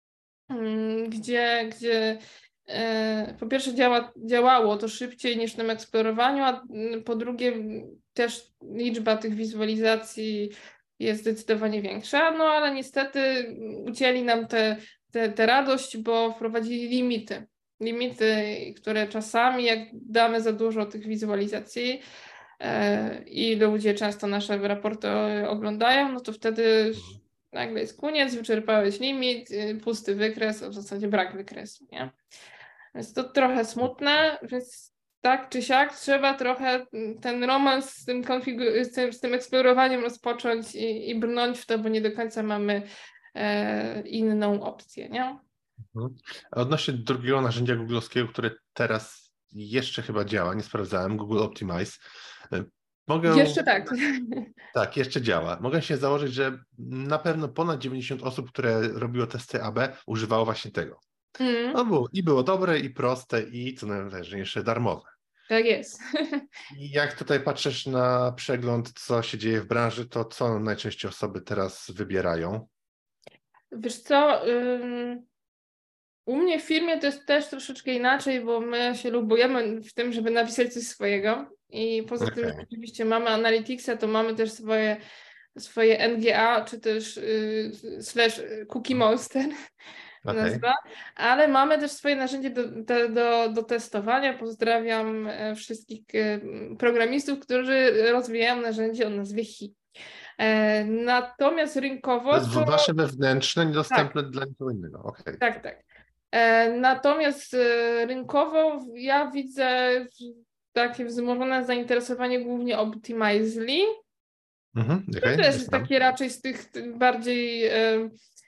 gdzie, gdzie po pierwsze działa, działało to szybciej niż w tym eksplorowaniu, a po drugie też liczba tych wizualizacji jest zdecydowanie większa, no ale niestety ucięli nam tę te, te radość, bo wprowadzili limity. Limity, które czasami, jak damy za dużo tych wizualizacji e, i ludzie często nasze raporty oglądają, no to wtedy nagle jest koniec, wyczerpałeś limit, pusty wykres, a w zasadzie brak wykresu, nie? Więc to trochę smutne, więc tak czy siak trzeba trochę ten romans z tym, konfigu- z tym, z tym eksplorowaniem rozpocząć i, i brnąć w to, bo nie do końca mamy e, inną opcję, nie? Mhm. A odnośnie drugiego narzędzia googlowskiego, które teraz jeszcze chyba działa, nie sprawdzałem, Google Optimize. Mogę... Jeszcze tak. Tak, jeszcze działa. Mogę się założyć, że na pewno ponad dziewięćdziesiąt osób, które robiło testy A B, używało właśnie tego. Mm. No było, i było dobre, i proste, i co najważniejsze, darmowe. Tak jest. I jak tutaj patrzysz na przegląd, co się dzieje w branży, to co najczęściej osoby teraz wybierają? Wiesz co, ym, u mnie w firmie to jest też troszeczkę inaczej, bo my się lubujemy w tym, żeby napisać coś swojego i poza okay. tym, że oczywiście mamy Analyticsa, to mamy też swoje, swoje N G A, czy też yy, slash Cookie Monster. Okay. Nazwa, ale mamy też swoje narzędzie do, do, do, do testowania. Pozdrawiam wszystkich programistów, którzy rozwijają narzędzie o nazwie H I. E, natomiast rynkowo... To jest to... wasze wewnętrzne, niedostępne tak. dla nikogo innego. Okay. Tak, tak. E, natomiast e, rynkowo ja widzę takie wzmożone zainteresowanie głównie Optimizely. Mhm, okay. To też jest takie raczej z tych bardziej... E,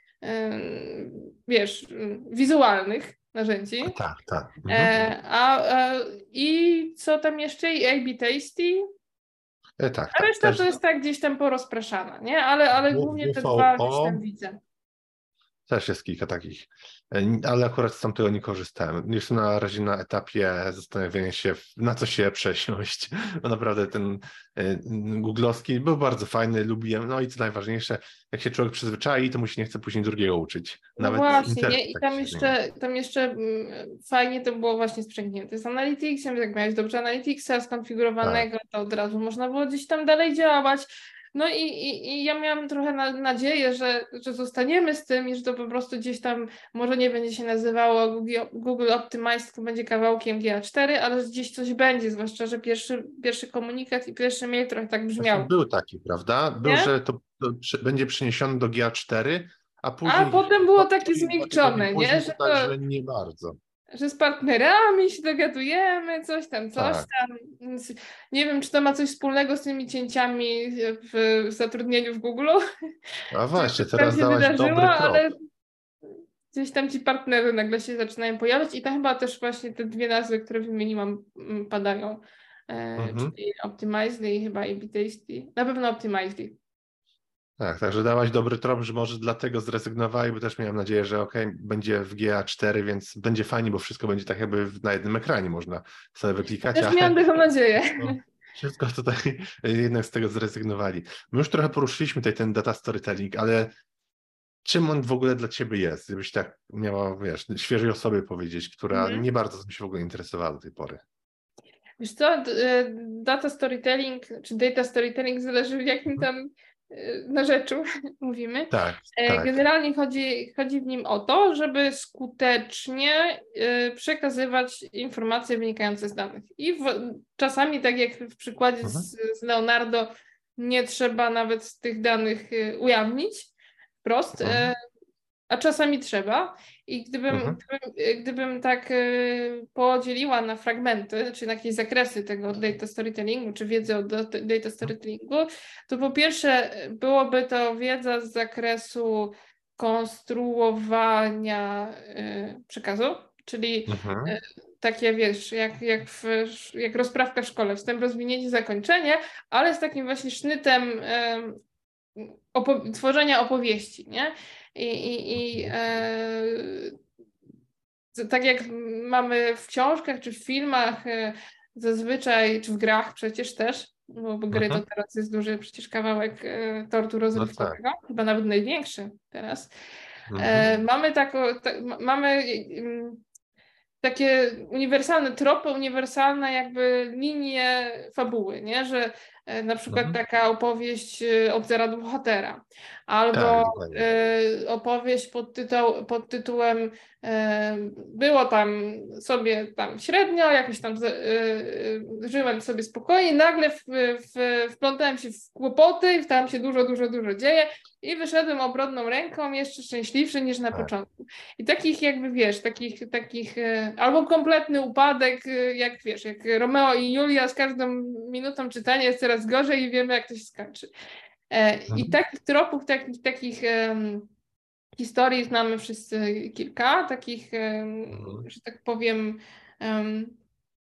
wiesz, wizualnych narzędzi. Tak, tak. Mhm. E, a, a, I co tam jeszcze? I A B Tasty? E, tak, a reszta tak, to jest tak gdzieś tam porozpraszana, nie? Ale, ale głównie te dwa gdzieś tam widzę. Też jest kilka takich, ale akurat z tamtego nie korzystałem. Jestem na razie na etapie zastanawiania się, na co się przesiąść. Bo naprawdę ten googlowski był bardzo fajny, lubiłem. No i co najważniejsze, jak się człowiek przyzwyczai, to mu się nie chce później drugiego uczyć. Nawet no właśnie, nie? I tak tam, jeszcze, tam jeszcze fajnie to było właśnie sprzęgnięte z Analyticsem, jak miałeś dobrze Analyticsa skonfigurowanego, tak. to od razu można było gdzieś tam dalej działać. No i, i, i ja miałam trochę na, nadzieję, że, że zostaniemy z tym i że to po prostu gdzieś tam może nie będzie się nazywało Google, Google Optimize, tylko będzie kawałkiem G A cztery, ale że gdzieś coś będzie, zwłaszcza, że pierwszy, pierwszy komunikat i pierwszy mail trochę tak Właśnie brzmiał. był taki, prawda? Był, Nie? że to, to przy, będzie przeniesiony do G A cztery, a A później potem było dwa takie tygodnie dwa tygodnie zmiękczone, nie? później to Że tak, to, że nie bardzo. że z partnerami się dogadujemy, coś tam, coś Tak. tam. Więc nie wiem, czy to ma coś wspólnego z tymi cięciami w zatrudnieniu w Google. A Czy właśnie, coś tam teraz się dałaś wydarzyło, dobry trop. ale gdzieś tam ci partnerzy nagle się zaczynają pojawiać i to chyba też właśnie te dwie nazwy, które wymieniłam, mm, padają. E, Mhm. czyli Optimizely i chyba A B Tasty. Na pewno Optimizely. Tak, także dałaś dobry trop, że może dlatego zrezygnowali, bo też miałem nadzieję, że okej, będzie w G A cztery, więc będzie fajnie, bo wszystko będzie tak jakby na jednym ekranie można sobie wyklikać, Też ale miałam taką nadzieję. wszystko, wszystko tutaj jednak z tego zrezygnowali. My już trochę poruszyliśmy tutaj ten data storytelling, ale czym on w ogóle dla ciebie jest? Gdybyś tak miała, wiesz, świeżej osobie powiedzieć, która Mhm. nie bardzo tym się w ogóle interesowała do tej pory. Wiesz co, d- data storytelling, czy data storytelling, zależy w jakim tam y, narzeczu mówimy. Tak, E, tak. Generalnie chodzi, chodzi w nim o to, żeby skutecznie y, przekazywać informacje wynikające z danych. I w, czasami, tak jak w przykładzie Mhm. z, z Leonardo, nie trzeba nawet tych danych y, ujawnić wprost, Mhm. e, a czasami trzeba. I gdybym, Mhm. gdybym, gdybym tak y, podzieliła na fragmenty, czy na jakieś zakresy tego data storytellingu, czy wiedzy o data, data storytellingu, to po pierwsze byłoby to wiedza z zakresu konstruowania y, przekazu, czyli Mhm. y, takie, wiesz, jak, jak, w, jak rozprawka w szkole, wstęp, rozwinięcie, zakończenie, ale z takim właśnie sznytem y, opo- tworzenia opowieści, nie? I, i, i e, tak jak mamy w książkach czy w filmach, e, zazwyczaj, czy w grach przecież też, bo, bo gry to Mhm. teraz jest duży przecież kawałek e, tortu No tak. rozrywkowego, chyba nawet największy teraz. Mhm. E, mamy tako, ta, ma- mamy mm, takie uniwersalne tropy, uniwersalne jakby linie fabuły, nie? Że e, na przykład Mhm. taka opowieść e, od zera do bohatera, Tak, albo dokładnie. e, opowieść pod, tytuł, pod tytułem e, było tam sobie tam średnio, jakoś tam z- e, e, żyłem sobie spokojnie, nagle w, w, wplątałem się w kłopoty i tam się dużo, dużo, dużo dzieje i wyszedłem obronną ręką jeszcze szczęśliwszy niż na Tak. początku. I takich jakby, wiesz, takich, takich e, albo kompletny upadek, e, jak wiesz, jak Romeo i Julia, z każdą minutą czytania jest coraz gorzej i wiemy, jak to się skończy. E, I Mhm. takich tropów, takich, takich em, historii znamy wszyscy kilka, takich, em, Mhm. że tak powiem, em,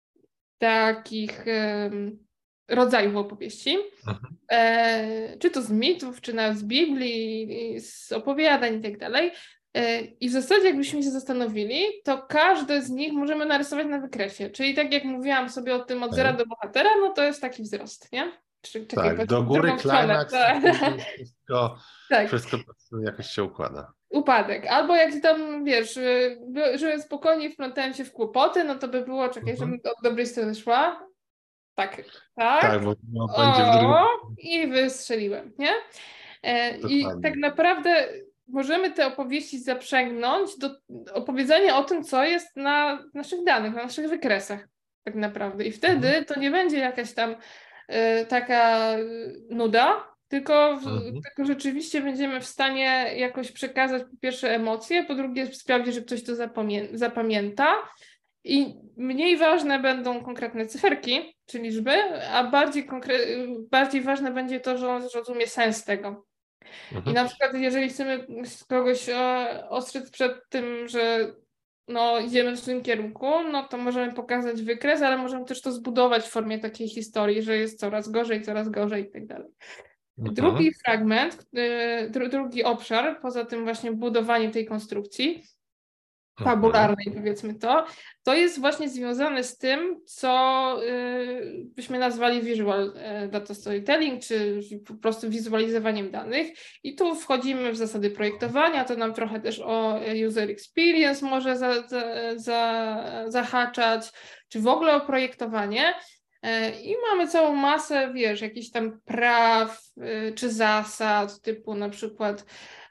takich em, rodzajów opowieści. Mhm. E, czy to z mitów, czy nawet z Biblii, z opowiadań i tak dalej. E, I w zasadzie, jakbyśmy się zastanowili, to każde z nich możemy narysować na wykresie. Czyli tak jak mówiłam sobie o tym od zera Okay. do bohatera, no to jest taki wzrost, nie? Czy, czekaj, Tak, właśnie do w góry drugą stronę. klimaks i Tak. później wszystko, Tak. wszystko jakoś się układa. Upadek. Albo jak tam, wiesz, y, by- żyłem spokojnie, wplątałem się w kłopoty, no to by było, czekaj, Mhm. żebym od dobrej strony szła. Tak, tak. Tak, bo no, będzie w O, drugą. i wystrzeliłem, nie? E, I Dokładnie. tak naprawdę możemy te opowieści zaprzęgnąć do opowiedzenia o tym, co jest na naszych danych, na naszych wykresach tak naprawdę. I wtedy Mhm. to nie będzie jakaś tam e, taka e, nuda, tylko, w, Mhm. tylko rzeczywiście będziemy w stanie jakoś przekazać po pierwsze emocje, po drugie sprawić, że ktoś to zapamię zapamięta. I mniej ważne będą konkretne cyferki czy liczby, a bardziej, konkre- bardziej ważne będzie to, że on zrozumie sens tego. I Mhm. na przykład, jeżeli chcemy kogoś e, ostrzec przed tym, że no, idziemy w tym kierunku, no to możemy pokazać wykres, ale możemy też to zbudować w formie takiej historii, że jest coraz gorzej, coraz gorzej i tak dalej. Drugi Mhm. fragment, e, dru- drugi obszar, poza tym właśnie budowaniem tej konstrukcji, Mhm. fabularnej, powiedzmy to, to jest właśnie związane z tym, co y, byśmy nazwali visual y, data storytelling, czy po prostu wizualizowaniem danych. I tu wchodzimy w zasady projektowania, to nam trochę też o user experience może za, za, za, zahaczać, czy w ogóle o projektowanie. I mamy całą masę, wiesz, jakichś tam praw czy zasad, typu na przykład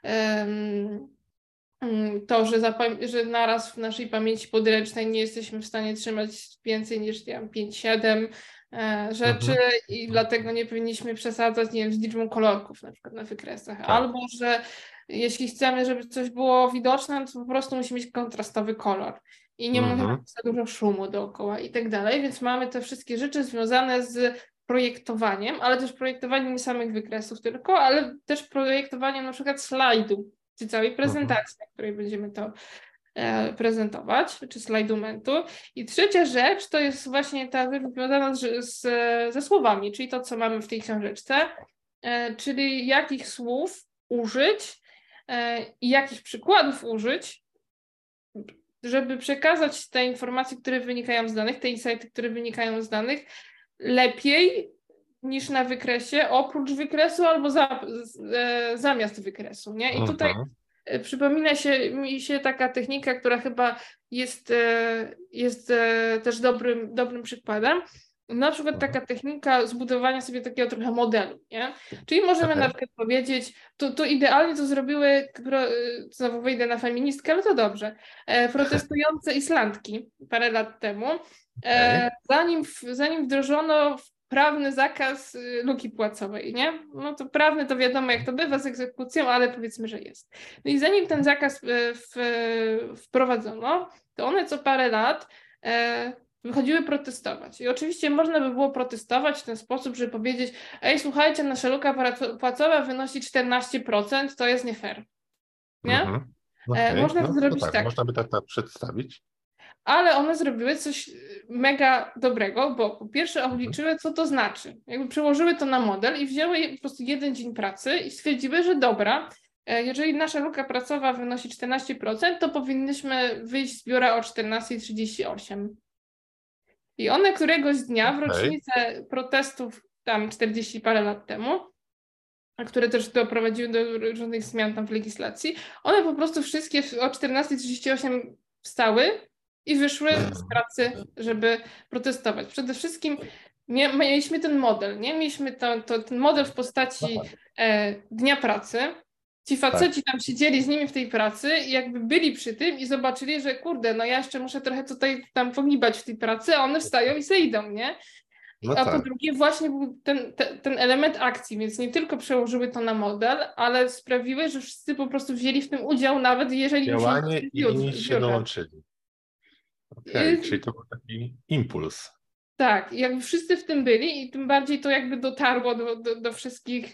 to, że, że naraz w naszej pamięci podręcznej nie jesteśmy w stanie trzymać więcej niż nie wiem, pięć siedem rzeczy Mhm. i dlatego nie powinniśmy przesadzać, nie wiem, z liczbą kolorków na przykład na wykresach. Tak. Albo, że jeśli chcemy, żeby coś było widoczne, to po prostu musi mieć kontrastowy kolor i nie Mhm. może być za dużo szumu dookoła i tak dalej, więc mamy te wszystkie rzeczy związane z projektowaniem, ale też projektowaniem nie samych wykresów tylko, ale też projektowaniem na przykład slajdu, czy całej prezentacji, na której będziemy to e, prezentować, czy slajdumentu. I trzecia rzecz to jest właśnie ta rzecz związana z, z, ze słowami, czyli to, co mamy w tej książeczce, e, czyli jakich słów użyć e, i jakich przykładów użyć, żeby przekazać te informacje, które wynikają z danych, te insighty, które wynikają z danych, lepiej niż na wykresie, oprócz wykresu albo za, e, zamiast wykresu, nie? I tutaj Mhm. e, przypomina się mi się taka technika, która chyba jest, e, jest e, też dobrym, dobrym przykładem. Na przykład Mhm. taka technika zbudowania sobie takiego trochę modelu, nie? Czyli możemy Okay. na przykład powiedzieć, to, to idealnie to zrobiły, pro, znowu wyjdę na feministkę, ale to dobrze, e, protestujące Islandki parę lat temu, e, Okay. zanim, zanim wdrożono prawny zakaz luki płacowej, nie? No to prawny to wiadomo jak to bywa z egzekucją, ale powiedzmy, że jest. No i zanim ten zakaz w, wprowadzono, to one co parę lat e, wychodziły protestować. I oczywiście można by było protestować w ten sposób, żeby powiedzieć, ej, słuchajcie, nasza luka płacowa wynosi czternaście procent, to jest nie fair. Nie? Mhm. E, Okay. można to No, zrobić no tak, tak. można by tak, tak przedstawić. Ale one zrobiły coś mega dobrego, bo po pierwsze Mhm. obliczyły, co to znaczy. Jakby przełożyły to na model i wzięły po prostu jeden dzień pracy i stwierdziły, że dobra, jeżeli nasza luka pracowa wynosi czternaście procent, to powinnyśmy wyjść z biura o czternasta trzydzieści osiem. I one któregoś dnia w Okay. rocznicę protestów tam czterdzieści parę lat temu, które też doprowadziły do różnych zmian tam w legislacji, one po prostu wszystkie o czternasta trzydzieści osiem wstały i wyszły z pracy, żeby protestować. Przede wszystkim mieliśmy ten model, nie? Mieliśmy to, to, ten model w postaci e, dnia pracy. Ci faceci tam siedzieli z nimi w tej pracy i jakby byli przy tym i zobaczyli, że kurde, no ja jeszcze muszę trochę tutaj tam pogibać w tej pracy, a one wstają i se idą, nie? No A po tak. drugie właśnie był ten, ten, ten element akcji, więc nie tylko przełożyły to na model, ale sprawiły, że wszyscy po prostu wzięli w tym udział, nawet jeżeli Działanie musieli i inni się dołączyli. Okej, okay. Czyli to był taki impuls. Tak, jakby wszyscy w tym byli i tym bardziej to jakby dotarło do, do, do wszystkich.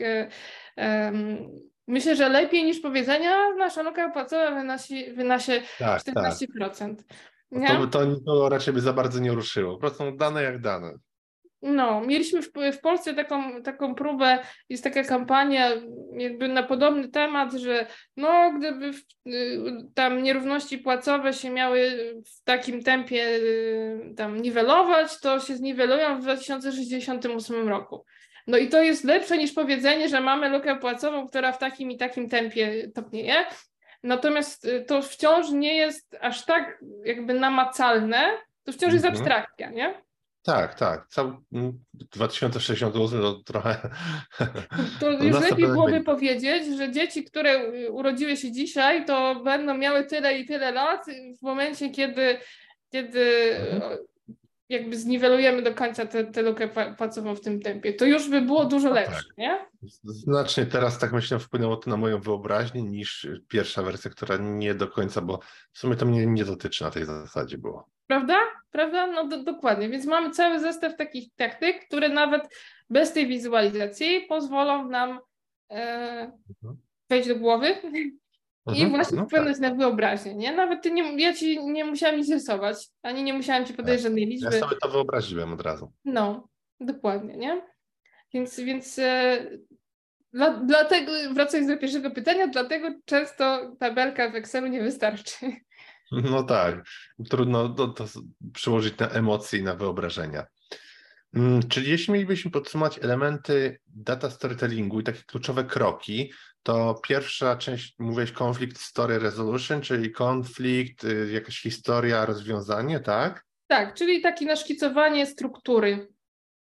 Um, myślę, że lepiej niż powiedzenia nasza luka płacowa wynosi, wynosi tak, czternaście procent. Tak. To, to, to raczej by za bardzo nie ruszyło. Po prostu dane jak dane. No, mieliśmy w, w Polsce taką, taką próbę, jest taka kampania jakby na podobny temat, że no gdyby w, tam nierówności płacowe się miały w takim tempie y, tam niwelować, to się zniwelują w dwa tysiące sześćdziesiątym ósmym roku. No i to jest lepsze niż powiedzenie, że mamy lukę płacową, która w takim i takim tempie topnieje. Natomiast to wciąż nie jest aż tak jakby namacalne, to wciąż jest abstrakcja, nie? Tak, tak. Cały dwa tysiące sześćdziesiąty ósmy to trochę... To już lepiej byłoby powiedzieć, że dzieci, które urodziły się dzisiaj, to będą miały tyle i tyle lat w momencie, kiedy, kiedy mhm. jakby zniwelujemy do końca tę lukę płacową w tym tempie. To już by było dużo lepsze, tak. Nie? Znacznie teraz, tak myślę, wpłynęło to na moją wyobraźnię niż pierwsza wersja, która nie do końca, bo w sumie to mnie nie dotyczy na tej zasadzie było. Prawda? Prawda? No do, dokładnie. Więc mamy cały zestaw takich taktyk, które nawet bez tej wizualizacji pozwolą nam e, mhm. wejść do głowy i mhm. właśnie no wpłynąć tak. na wyobraźnię. Nie? Nawet ty nie, ja ci nie musiałam nic rysować, ani nie musiałam ci podać tak. żadnej liczby. Ja sobie to wyobraziłem od razu. No, dokładnie, nie? Więc, więc e, dla, dlatego, wracając do pierwszego pytania, dlatego często tabelka w Excelu nie wystarczy. No tak, trudno to, to przełożyć na emocje i na wyobrażenia. Czyli jeśli mielibyśmy podsumować elementy data storytellingu i takie kluczowe kroki, to pierwsza część, mówiłeś conflict story resolution, czyli konflikt, jakaś historia, rozwiązanie, tak? Tak, czyli takie naszkicowanie struktury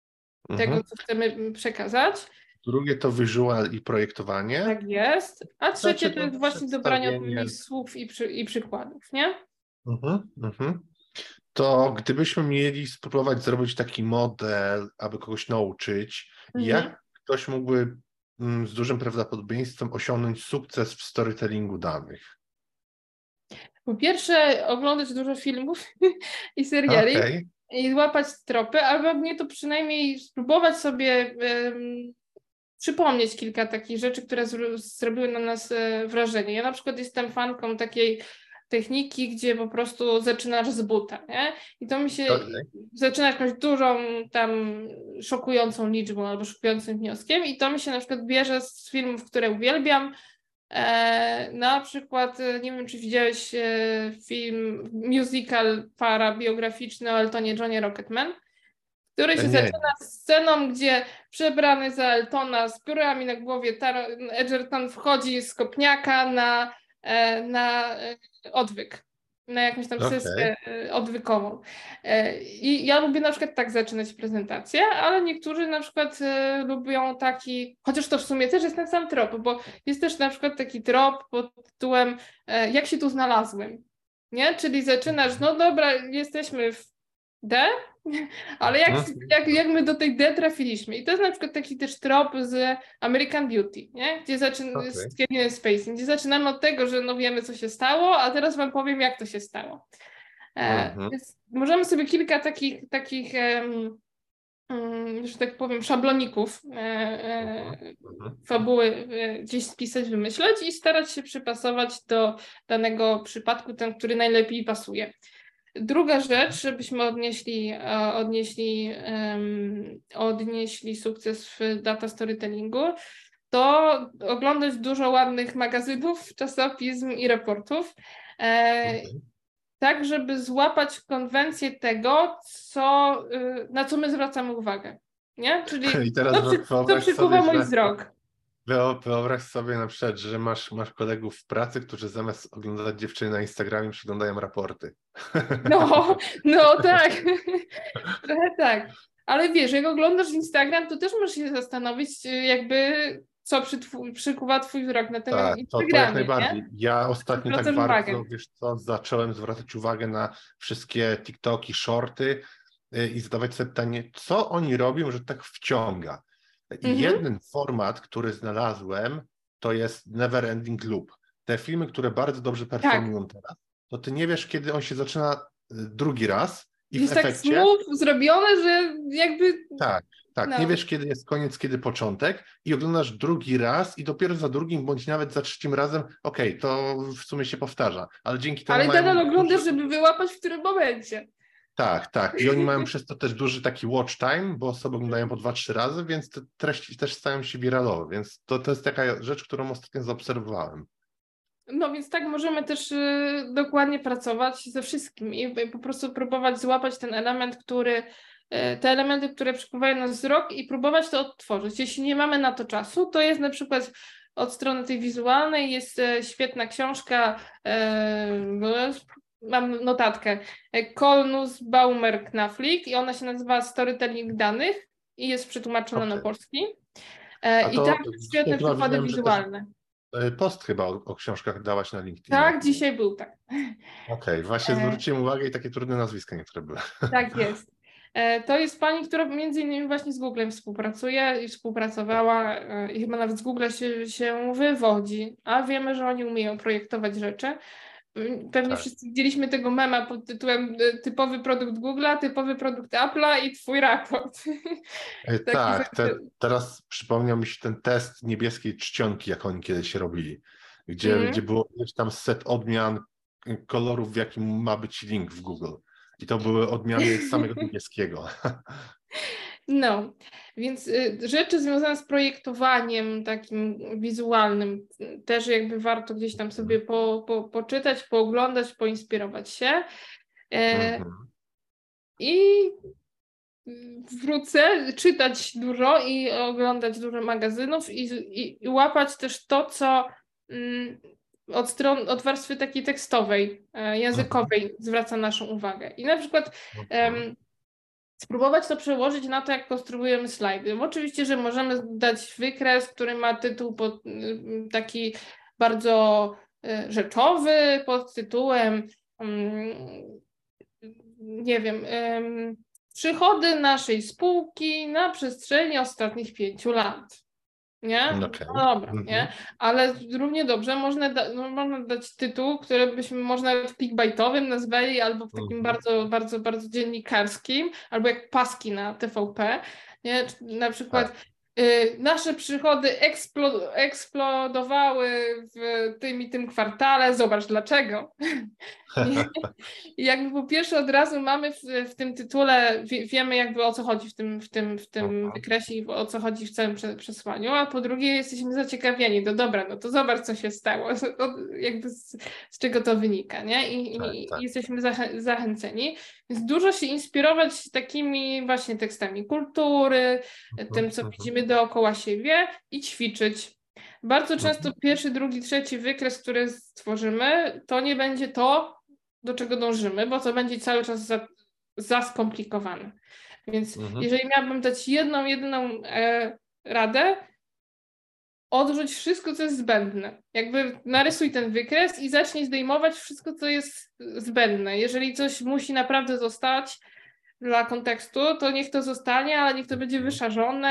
tego, Mhm. co chcemy przekazać. Drugie to visual i projektowanie. Tak jest. A trzecie Trzecie to to jest właśnie dobranie przedstawienie. odpowiednich słów i, przy, i przykładów, nie? Mhm, mhm. To gdybyśmy mieli spróbować zrobić taki model, aby kogoś nauczyć, Mhm. jak ktoś mógłby mm, z dużym prawdopodobieństwem osiągnąć sukces w storytellingu danych? Po pierwsze, oglądać dużo filmów i seriali Okej, i złapać tropy, albo mnie to przynajmniej spróbować sobie um, przypomnieć kilka takich rzeczy, które zro- zrobiły na nas e, wrażenie. Ja na przykład jestem fanką takiej techniki, gdzie po prostu zaczynasz z buta, nie? I to mi się okej. zaczyna jakąś dużą tam szokującą liczbą albo szokującym wnioskiem i to mi się na przykład bierze z filmów, które uwielbiam. E, na przykład, e, nie wiem, czy widziałeś e, film, musical parabiograficzny o Eltonie Johnie Rocketman, który E, się Nie, zaczyna sceną, gdzie przebrany za Eltona z piórami na głowie Tar- Edgerton wchodzi z kopniaka na, e, na e, odwyk, na jakąś tam okej. sesję e, odwykową. E, I ja lubię na przykład tak zaczynać prezentację, ale niektórzy na przykład e, lubią taki, chociaż to w sumie też jest ten sam trop, bo jest też na przykład taki trop pod tytułem e, jak się tu znalazłem, nie? Czyli zaczynasz, no dobra, jesteśmy w D, ale jak, Mhm. jak, jak my do tej D trafiliśmy? I to jest na przykład taki też trop z American Beauty, nie? Gdzie zaczyn- Okej. z Kevinem Spacey, gdzie zaczynamy od tego, że no wiemy, co się stało, a teraz wam powiem, jak to się stało. E, Mhm. więc możemy sobie kilka takich, takich em, em, że tak powiem, szabloników e, Mhm. e, Mhm. fabuły e, gdzieś spisać, wymyśleć i starać się przypasować do danego przypadku, ten, który najlepiej pasuje. Druga rzecz, żebyśmy odnieśli, e, odnieśli, um, odnieśli sukces w data storytellingu, to oglądać dużo ładnych magazynów, czasopism i raportów, e, Mhm. tak żeby złapać konwencję tego, co, y, na co my zwracamy uwagę. Nie? Czyli I teraz to, przy, to wyobraź przykuwa sobie, mój że wzrok. Wyo- Wyobraź sobie na przykład, że masz, masz kolegów w pracy, którzy zamiast oglądać dziewczyny na Instagramie przeglądają raporty. No, no tak. Trochę tak. Ale wiesz, jak oglądasz Instagram, to też możesz się zastanowić, y, jakby co przytwu- przykuwa twój wzrok na tym Tak, to, to jak Instagramie, nie? najbardziej. Ja Czy ostatnio tak zwracasz uwagę? bardzo, wiesz co, zacząłem zwracać uwagę na wszystkie TikToki, shorty y, i zadawać sobie pytanie, co oni robią, że tak wciąga. I Mhm. jeden format, który znalazłem, to jest Never Ending Loop. Te filmy, które bardzo dobrze Tak. performują teraz, to ty nie wiesz, kiedy on się zaczyna y, drugi raz i w Jest tak efekcie smooth zrobione, że jakby, tak, tak. Nie no. wiesz, kiedy jest koniec, kiedy początek i oglądasz drugi raz i dopiero za drugim bądź nawet za trzecim razem, okej, to w sumie się powtarza, ale dzięki temu Ale nadal mają oglądasz, duży... żeby wyłapać w którym momencie. Tak, tak. I oni mają przez to też duży taki watch time, bo osoby oglądają po dwa, trzy razy, więc te treści też stają się wiralowe, więc to, to jest taka rzecz, którą ostatnio zaobserwowałem. No więc tak możemy też y, dokładnie pracować ze wszystkim i y, po prostu próbować złapać ten element, który, y, te elementy, które przykuwają nas wzrok i próbować to odtworzyć. Jeśli nie mamy na to czasu, to jest na przykład od strony tej wizualnej jest y, świetna książka, y, mam notatkę, Kolnus Baumer Knaflik i ona się nazywa Storytelling danych i jest przetłumaczona na Okej. polski. A E, I tam to dzisiaj świetne chyba przykłady widziałem, że też wizualne. e, post chyba o, o książkach dałaś na LinkedInie. Tak, dzisiaj był tak. Okej, właśnie E, zwróciłem uwagę i takie trudne nazwiska niektóre były. Tak jest. E, To jest pani, która między innymi właśnie z Googlem współpracuje i współpracowała e, i chyba nawet z Google się, się wywodzi, a wiemy, że oni umieją projektować rzeczy. Mm, Pewnie Tak. wszyscy widzieliśmy tego mema pod tytułem e, typowy produkt Google'a, typowy produkt Apple'a i twój raport. E, Taki Tak, te, rzeczy. teraz przypomniał mi się ten test niebieskiej czcionki, jak oni kiedyś robili, gdzie, Mm. gdzie było ileś tam set odmian kolorów, w jakim ma być link w Google. I to były odmiany samego niebieskiego. No, więc y, rzeczy związane z projektowaniem takim wizualnym y, też jakby warto gdzieś tam sobie po, po, poczytać, pooglądać, poinspirować się. E, Mhm. I y, wrócę, czytać dużo i oglądać dużo magazynów i, i, i łapać też to, co mm, od stron, od warstwy takiej tekstowej, e, Mhm. językowej zwraca naszą uwagę. I na przykład Mhm. spróbować to przełożyć na to, jak konstruujemy slajdy. Bo oczywiście, że możemy dać wykres, który ma tytuł pod, taki bardzo rzeczowy, pod tytułem nie wiem, przychody naszej spółki na przestrzeni ostatnich pięciu lat. Nie? Okay. No dobra, Mm-hmm. nie? Ale równie dobrze można, da, no, można dać tytuł, który byśmy można w clickbaitowym nazwali, albo w takim mm-hmm. bardzo, bardzo, bardzo dziennikarskim, albo jak paski na T V P, nie? Na przykład tak. y, nasze przychody eksplo, eksplodowały w tym i tym kwartale, zobacz dlaczego. I jakby po pierwsze od razu mamy w, w tym tytule, wie, wiemy jakby o co chodzi w tym, w tym, w tym wykresie i o co chodzi w całym prze, przesłaniu, a po drugie jesteśmy zaciekawieni, no dobra, no to zobacz co się stało, jakby z, z czego to wynika, nie? I, tak, i, tak. i jesteśmy zachę, zachęceni, więc dużo się inspirować takimi właśnie tekstami kultury, mhm, tym co mhm. widzimy dookoła siebie i ćwiczyć. Bardzo często pierwszy, drugi, trzeci wykres, który stworzymy, to nie będzie to, do czego dążymy, bo to będzie cały czas za, za skomplikowane. Więc mhm. jeżeli miałabym dać jedną, jedyną e, radę, odrzuć wszystko, co jest zbędne. Jakby narysuj ten wykres i zacznij zdejmować wszystko, co jest zbędne. Jeżeli coś musi naprawdę zostać dla kontekstu, to niech to zostanie, ale niech to będzie wyszarzone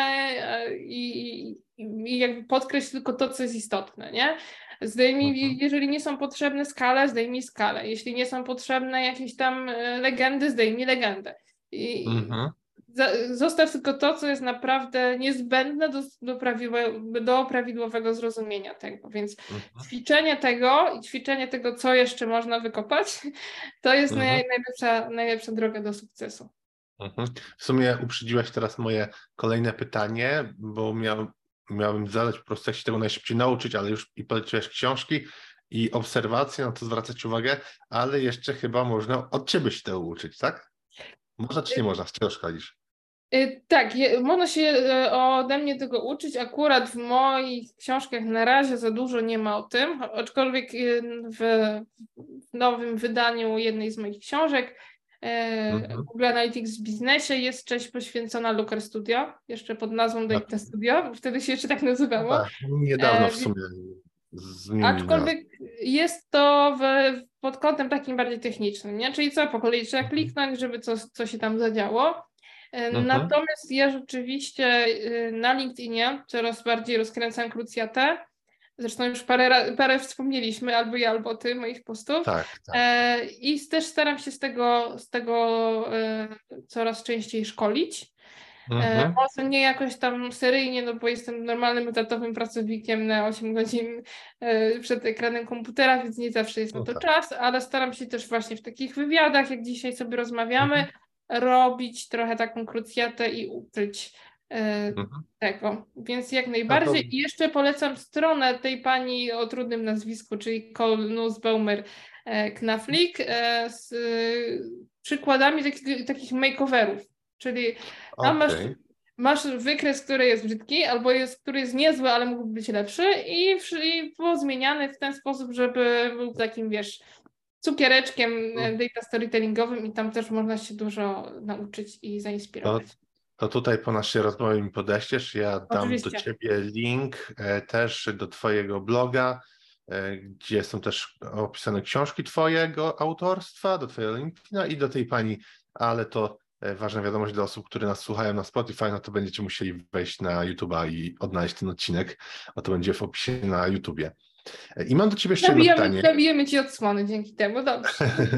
i, i, i jakby podkreśl tylko to, co jest istotne, nie? Zdejmij, mhm. jeżeli nie są potrzebne skale, zdejmij skalę. Jeśli nie są potrzebne jakieś tam legendy, zdejmij legendę. I mhm. za, zostaw tylko to, co jest naprawdę niezbędne do, do, prawidłowe, do prawidłowego zrozumienia tego. Więc mhm. ćwiczenie tego i ćwiczenie tego, co jeszcze można wykopać, to jest mhm. naj, najlepsza, najlepsza droga do sukcesu. Mhm. W sumie uprzedziłaś teraz moje kolejne pytanie, bo miał, miałem zadać po prostu, jak się tego najszybciej nauczyć, ale już i poleciłeś książki i obserwacje, na to zwracać uwagę, ale jeszcze chyba można od ciebie się tego uczyć, tak? Można czy nie można? Z czego szkolisz? Tak, je, można się ode mnie tego uczyć. Akurat w moich książkach na razie za dużo nie ma o tym, aczkolwiek w, w nowym wydaniu jednej z moich książek mhm. Google Analytics w biznesie jest część poświęcona Looker Studio, jeszcze pod nazwą Data Studio, wtedy się jeszcze tak nazywało. No tak, niedawno w sumie zmienili. Aczkolwiek jest to w, pod kątem takim bardziej technicznym, nie? Czyli co po kolei trzeba kliknąć, żeby co, co się tam zadziało. Mhm. Natomiast ja rzeczywiście na LinkedInie coraz bardziej rozkręcam krucjatę. Zresztą już parę, parę wspomnieliśmy, albo ja, albo ty, moich postów. Tak, tak. E, I też staram się z tego, z tego e, coraz częściej szkolić. Mhm. E, może nie jakoś tam seryjnie, no bo jestem normalnym etatowym pracownikiem na osiem godzin e, przed ekranem komputera, więc nie zawsze jest na to no tak. czas, ale staram się też właśnie w takich wywiadach, jak dzisiaj sobie rozmawiamy, mhm. robić trochę taką krucjatę i ukryć mhm. tego, więc jak najbardziej. To... I jeszcze polecam stronę tej pani o trudnym nazwisku, czyli Cole Nussbaumer Knaflik z przykładami takich, takich makeoverów, czyli tam okay. masz, masz wykres, który jest brzydki, albo jest, który jest niezły, ale mógłby być lepszy i, i było zmieniany w ten sposób, żeby był takim, wiesz, cukiereczkiem data storytellingowym i tam też można się dużo nauczyć i zainspirować. To, to tutaj po naszej rozmowie mi podeślesz, ja dam Oczywiście. do ciebie link e, też do twojego bloga, e, gdzie są też opisane książki twojego autorstwa, do twojego LinkedIna i do tej pani, ale to e, ważna wiadomość dla osób, które nas słuchają na Spotify, no to będziecie musieli wejść na YouTube'a i odnaleźć ten odcinek, a to będzie w opisie na YouTubie. I mam do ciebie jeszcze jedno pytanie. Zabijemy ci odsłony dzięki temu, dobrze.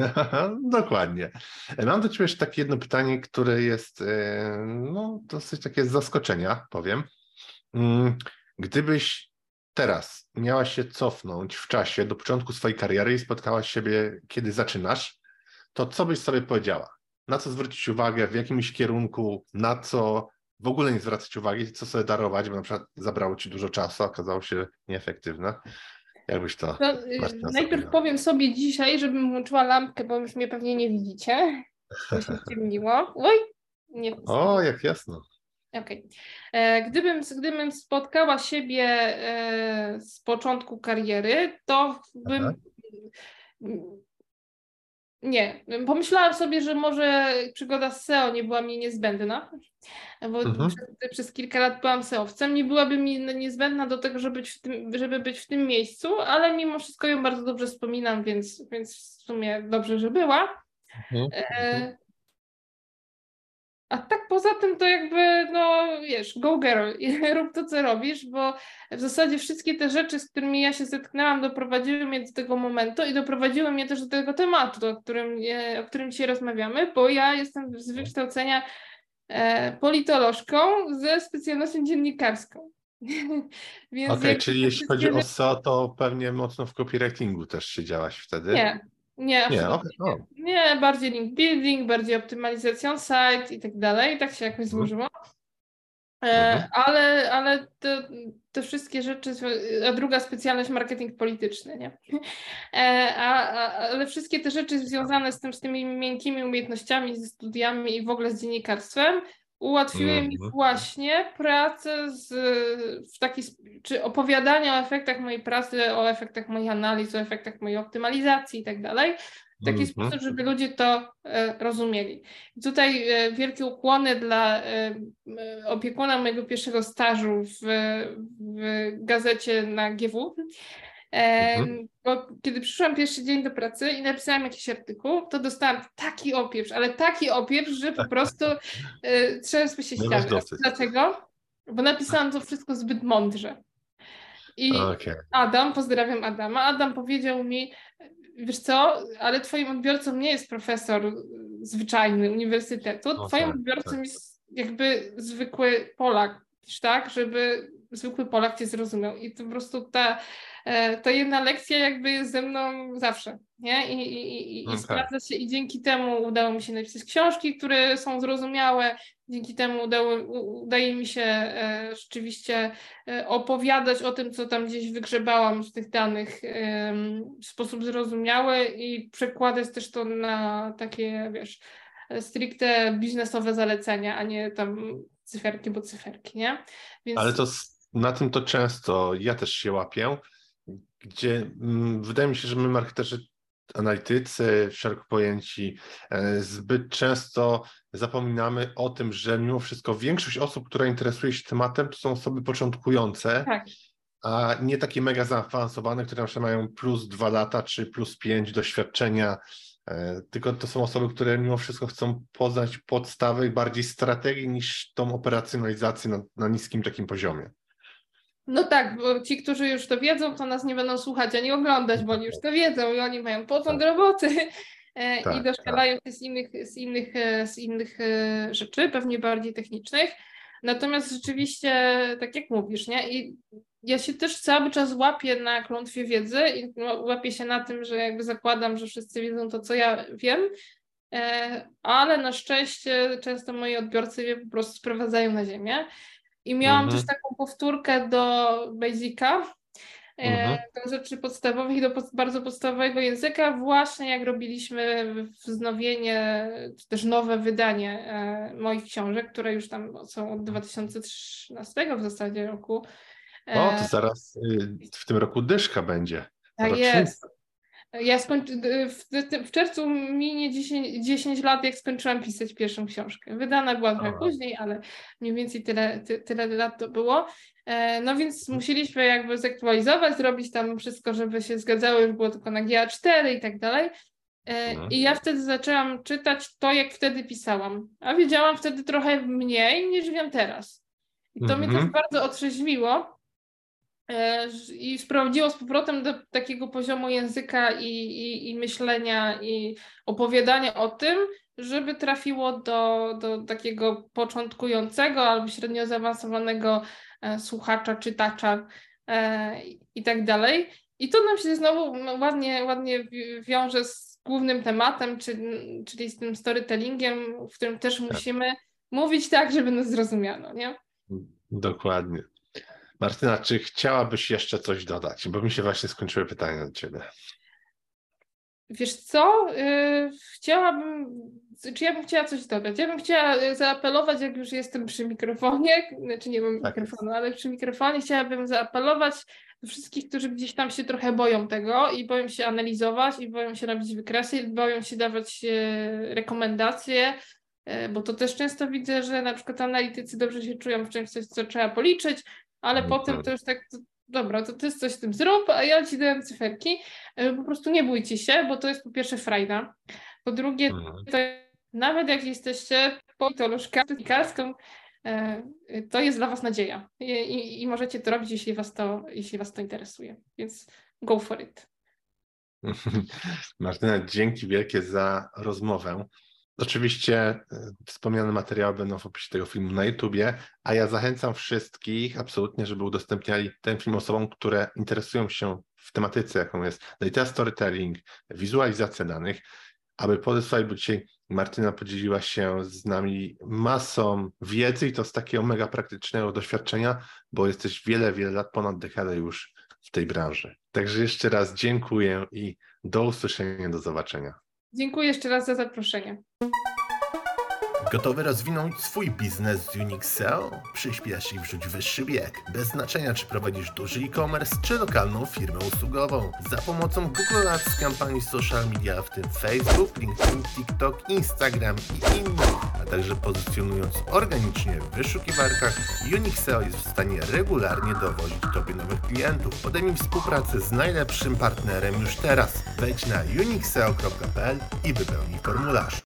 Dokładnie. Mam do ciebie jeszcze takie jedno pytanie, które jest no, dosyć takie z zaskoczenia, powiem. Gdybyś teraz miała się cofnąć w czasie do początku swojej kariery i spotkałaś siebie, kiedy zaczynasz, to co byś sobie powiedziała? Na co zwrócić uwagę, w jakimś kierunku, na co w ogóle nie zwracać uwagi, co sobie darować, bo na przykład zabrało ci dużo czasu, okazało się nieefektywne. Jakbyś to... to najpierw sobie powiem sobie dzisiaj, żebym włączyła lampkę, bo już mnie pewnie nie widzicie. To się ściemniło. Oj! Nie. O, jak jasno. Okej. Okay. Gdybym, gdybym spotkała siebie e, z początku kariery, to bym... Aha. Nie, pomyślałam sobie, że może przygoda z S E O nie była mi niezbędna, bo Mhm. przez, przez kilka lat byłam S E O-wcem, nie byłaby mi niezbędna do tego, żeby być w tym, żeby być w tym miejscu, ale mimo wszystko ją bardzo dobrze wspominam, więc, więc w sumie dobrze, że była. Mhm. Mhm. E, A tak poza tym to jakby, no wiesz, go girl, i rób to, co robisz, bo w zasadzie wszystkie te rzeczy, z którymi ja się zetknęłam, doprowadziły mnie do tego momentu i doprowadziły mnie też do tego tematu, o którym, e, o którym dzisiaj rozmawiamy, bo ja jestem z wykształcenia e, politolożką ze specjalnością dziennikarską. Więc Okej, jakby czyli te jeśli chodzi wszystkie o rzeczy... S E O, to pewnie mocno w copywritingu też siedziałaś wtedy? Nie, nie, Nie, okej. absolutnie O. nie. Nie, bardziej link building, bardziej optymalizacją site i tak dalej. I tak się jakoś Mhm. złożyło. E, Mhm. Ale, ale te, te wszystkie rzeczy, a druga specjalność marketing polityczny, nie? E, A, a, ale wszystkie te rzeczy związane z tym, z tymi miękkimi umiejętnościami, ze studiami i w ogóle z dziennikarstwem ułatwiły mi Mhm. właśnie pracę z, w taki, sp- czy opowiadanie o efektach mojej pracy, o efektach moich analiz, o efektach mojej optymalizacji i tak dalej, w taki Mhm. sposób, żeby ludzie to e, rozumieli. I tutaj e, wielkie ukłony dla e, e, opiekuna mojego pierwszego stażu w, w gazecie na G W. E, Mhm. bo kiedy przyszłam pierwszy dzień do pracy i napisałam jakiś artykuł, to dostałam taki opieprz, ale taki opieprz, że po prostu e, trzęsły się Miałaś ściany. A dosyć. dlaczego? Bo napisałam to wszystko zbyt mądrze. I Okej. Adam, pozdrawiam Adama, Adam powiedział mi, wiesz co, ale twoim odbiorcą nie jest profesor zwyczajny uniwersytetu, No twoim tak, tak. odbiorcą jest jakby zwykły Polak, tak, żeby zwykły Polak cię zrozumiał. I to po prostu ta, e, ta jedna lekcja jakby jest ze mną zawsze, nie? I, i, i, i Okej. sprawdza się i dzięki temu udało mi się napisać książki, które są zrozumiałe, dzięki temu udało, u- udaje mi się e, rzeczywiście e, opowiadać o tym, co tam gdzieś wygrzebałam z tych danych em, w sposób zrozumiały i przekładać też to na takie, wiesz, stricte biznesowe zalecenia, a nie tam cyferki, bo cyferki, nie? Ale Więc to s- na tym to często ja też się łapię, gdzie mm, wydaje mi się, że my marketerzy, analitycy, szeroko pojęci, e, zbyt często zapominamy o tym, że mimo wszystko większość osób, która interesuje się tematem, to są osoby początkujące, tak. a nie takie mega zaawansowane, które na przykład mają plus dwa lata czy plus pięć doświadczenia, e, tylko to są osoby, które mimo wszystko chcą poznać podstawy bardziej strategii niż tą operacjonalizację na, na niskim takim poziomie. No tak, bo ci, którzy już to wiedzą, to nas nie będą słuchać ani oglądać, bo oni już to wiedzą i oni mają potąd Tak, roboty e, i tak, tak. doszkalają się z innych, z innych, e, z innych e, rzeczy, pewnie bardziej technicznych. Natomiast rzeczywiście, tak jak mówisz, nie? I ja się też cały czas łapię na klątwie wiedzy i łapię się na tym, że jakby zakładam, że wszyscy wiedzą to, co ja wiem, e, ale na szczęście często moi odbiorcy mnie po prostu sprowadzają na ziemię. I miałam też Mhm, taką powtórkę do Basica, e, mhm. do rzeczy podstawowych i do pod, bardzo podstawowego języka, właśnie jak robiliśmy wznowienie, czy też nowe wydanie e, moich książek, które już tam są od dwa tysiące trzynastego w zasadzie roku. O, to E, zaraz y, w tym roku dyszka będzie. tak Rocznica. jest. Ja skończy... w, w czerwcu minie dziesięć, dziesięć lat, jak skończyłam pisać pierwszą książkę. Wydana była trochę O, później, ale mniej więcej tyle, ty, tyle lat to było. E, No więc musieliśmy jakby zaktualizować, zrobić tam wszystko, żeby się zgadzało, już było tylko na G A cztery i tak dalej. E, I mhm, ja wtedy zaczęłam czytać to, jak wtedy pisałam. A wiedziałam wtedy trochę mniej niż wiem teraz. I to mnie też mhm. bardzo otrzeźwiło e, i sprowadziło z powrotem do takiego poziomu języka i, i, i myślenia i opowiadania o tym, żeby trafiło do, do takiego początkującego albo średnio zaawansowanego e, słuchacza, czytacza e, i tak dalej. I to nam się znowu ładnie, ładnie wi- wiąże z głównym tematem, czyli, czyli z tym storytellingiem, w którym też Tak, musimy mówić tak, żeby nas zrozumiano, nie? dokładnie. Martyna, czy chciałabyś jeszcze coś dodać? Bo mi się właśnie skończyły pytania do ciebie. Wiesz co, yy, chciałabym, czy ja bym chciała coś dodać? Ja bym chciała zaapelować, jak już jestem przy mikrofonie, znaczy nie mam Tak mikrofonu, ale przy mikrofonie chciałabym zaapelować do wszystkich, którzy gdzieś tam się trochę boją tego i boją się analizować i boją się robić wykresy i boją się dawać e, rekomendacje, e, bo to też często widzę, że na przykład analitycy dobrze się czują w czymś, coś, co trzeba policzyć, ale Mhm. potem to już tak, to, dobra, to ty coś z tym zrób, a ja ci dałem cyferki. E, po prostu nie bójcie się, bo to jest po pierwsze frajda, po drugie Mhm. to nawet jak jesteście politolożkami, dziennikarską, to jest dla was nadzieja I, i, i możecie to robić, jeśli was to, jeśli was to interesuje, więc go for it. Martyna, dzięki wielkie za rozmowę. Oczywiście y, wspomniane materiały będą w opisie tego filmu na YouTubie, a ja zachęcam wszystkich absolutnie, żeby udostępniali ten film osobom, które interesują się w tematyce, jaką jest data storytelling, wizualizacja danych, aby podesłać, bo dzisiaj Martyna podzieliła się z nami masą wiedzy i to z takiego mega praktycznego doświadczenia, bo jesteś wiele, wiele lat, ponad dekadę już w tej branży. Także jeszcze raz dziękuję i do usłyszenia, do zobaczenia. Dziękuję jeszcze raz za zaproszenie. Gotowy rozwinąć swój biznes z Unix S E O? Przyśpiesz i wrzuć wyższy bieg. Bez znaczenia, czy prowadzisz duży e-commerce, czy lokalną firmę usługową. Za pomocą Google Ads, kampanii social media, w tym Facebook, LinkedIn, TikTok, Instagram i innych, a także pozycjonując organicznie w wyszukiwarkach, Unix S E O jest w stanie regularnie dowozić Tobie nowych klientów. Podejmij współpracę z najlepszym partnerem już teraz. Wejdź na unix s e o kropka p l i wypełnij formularz.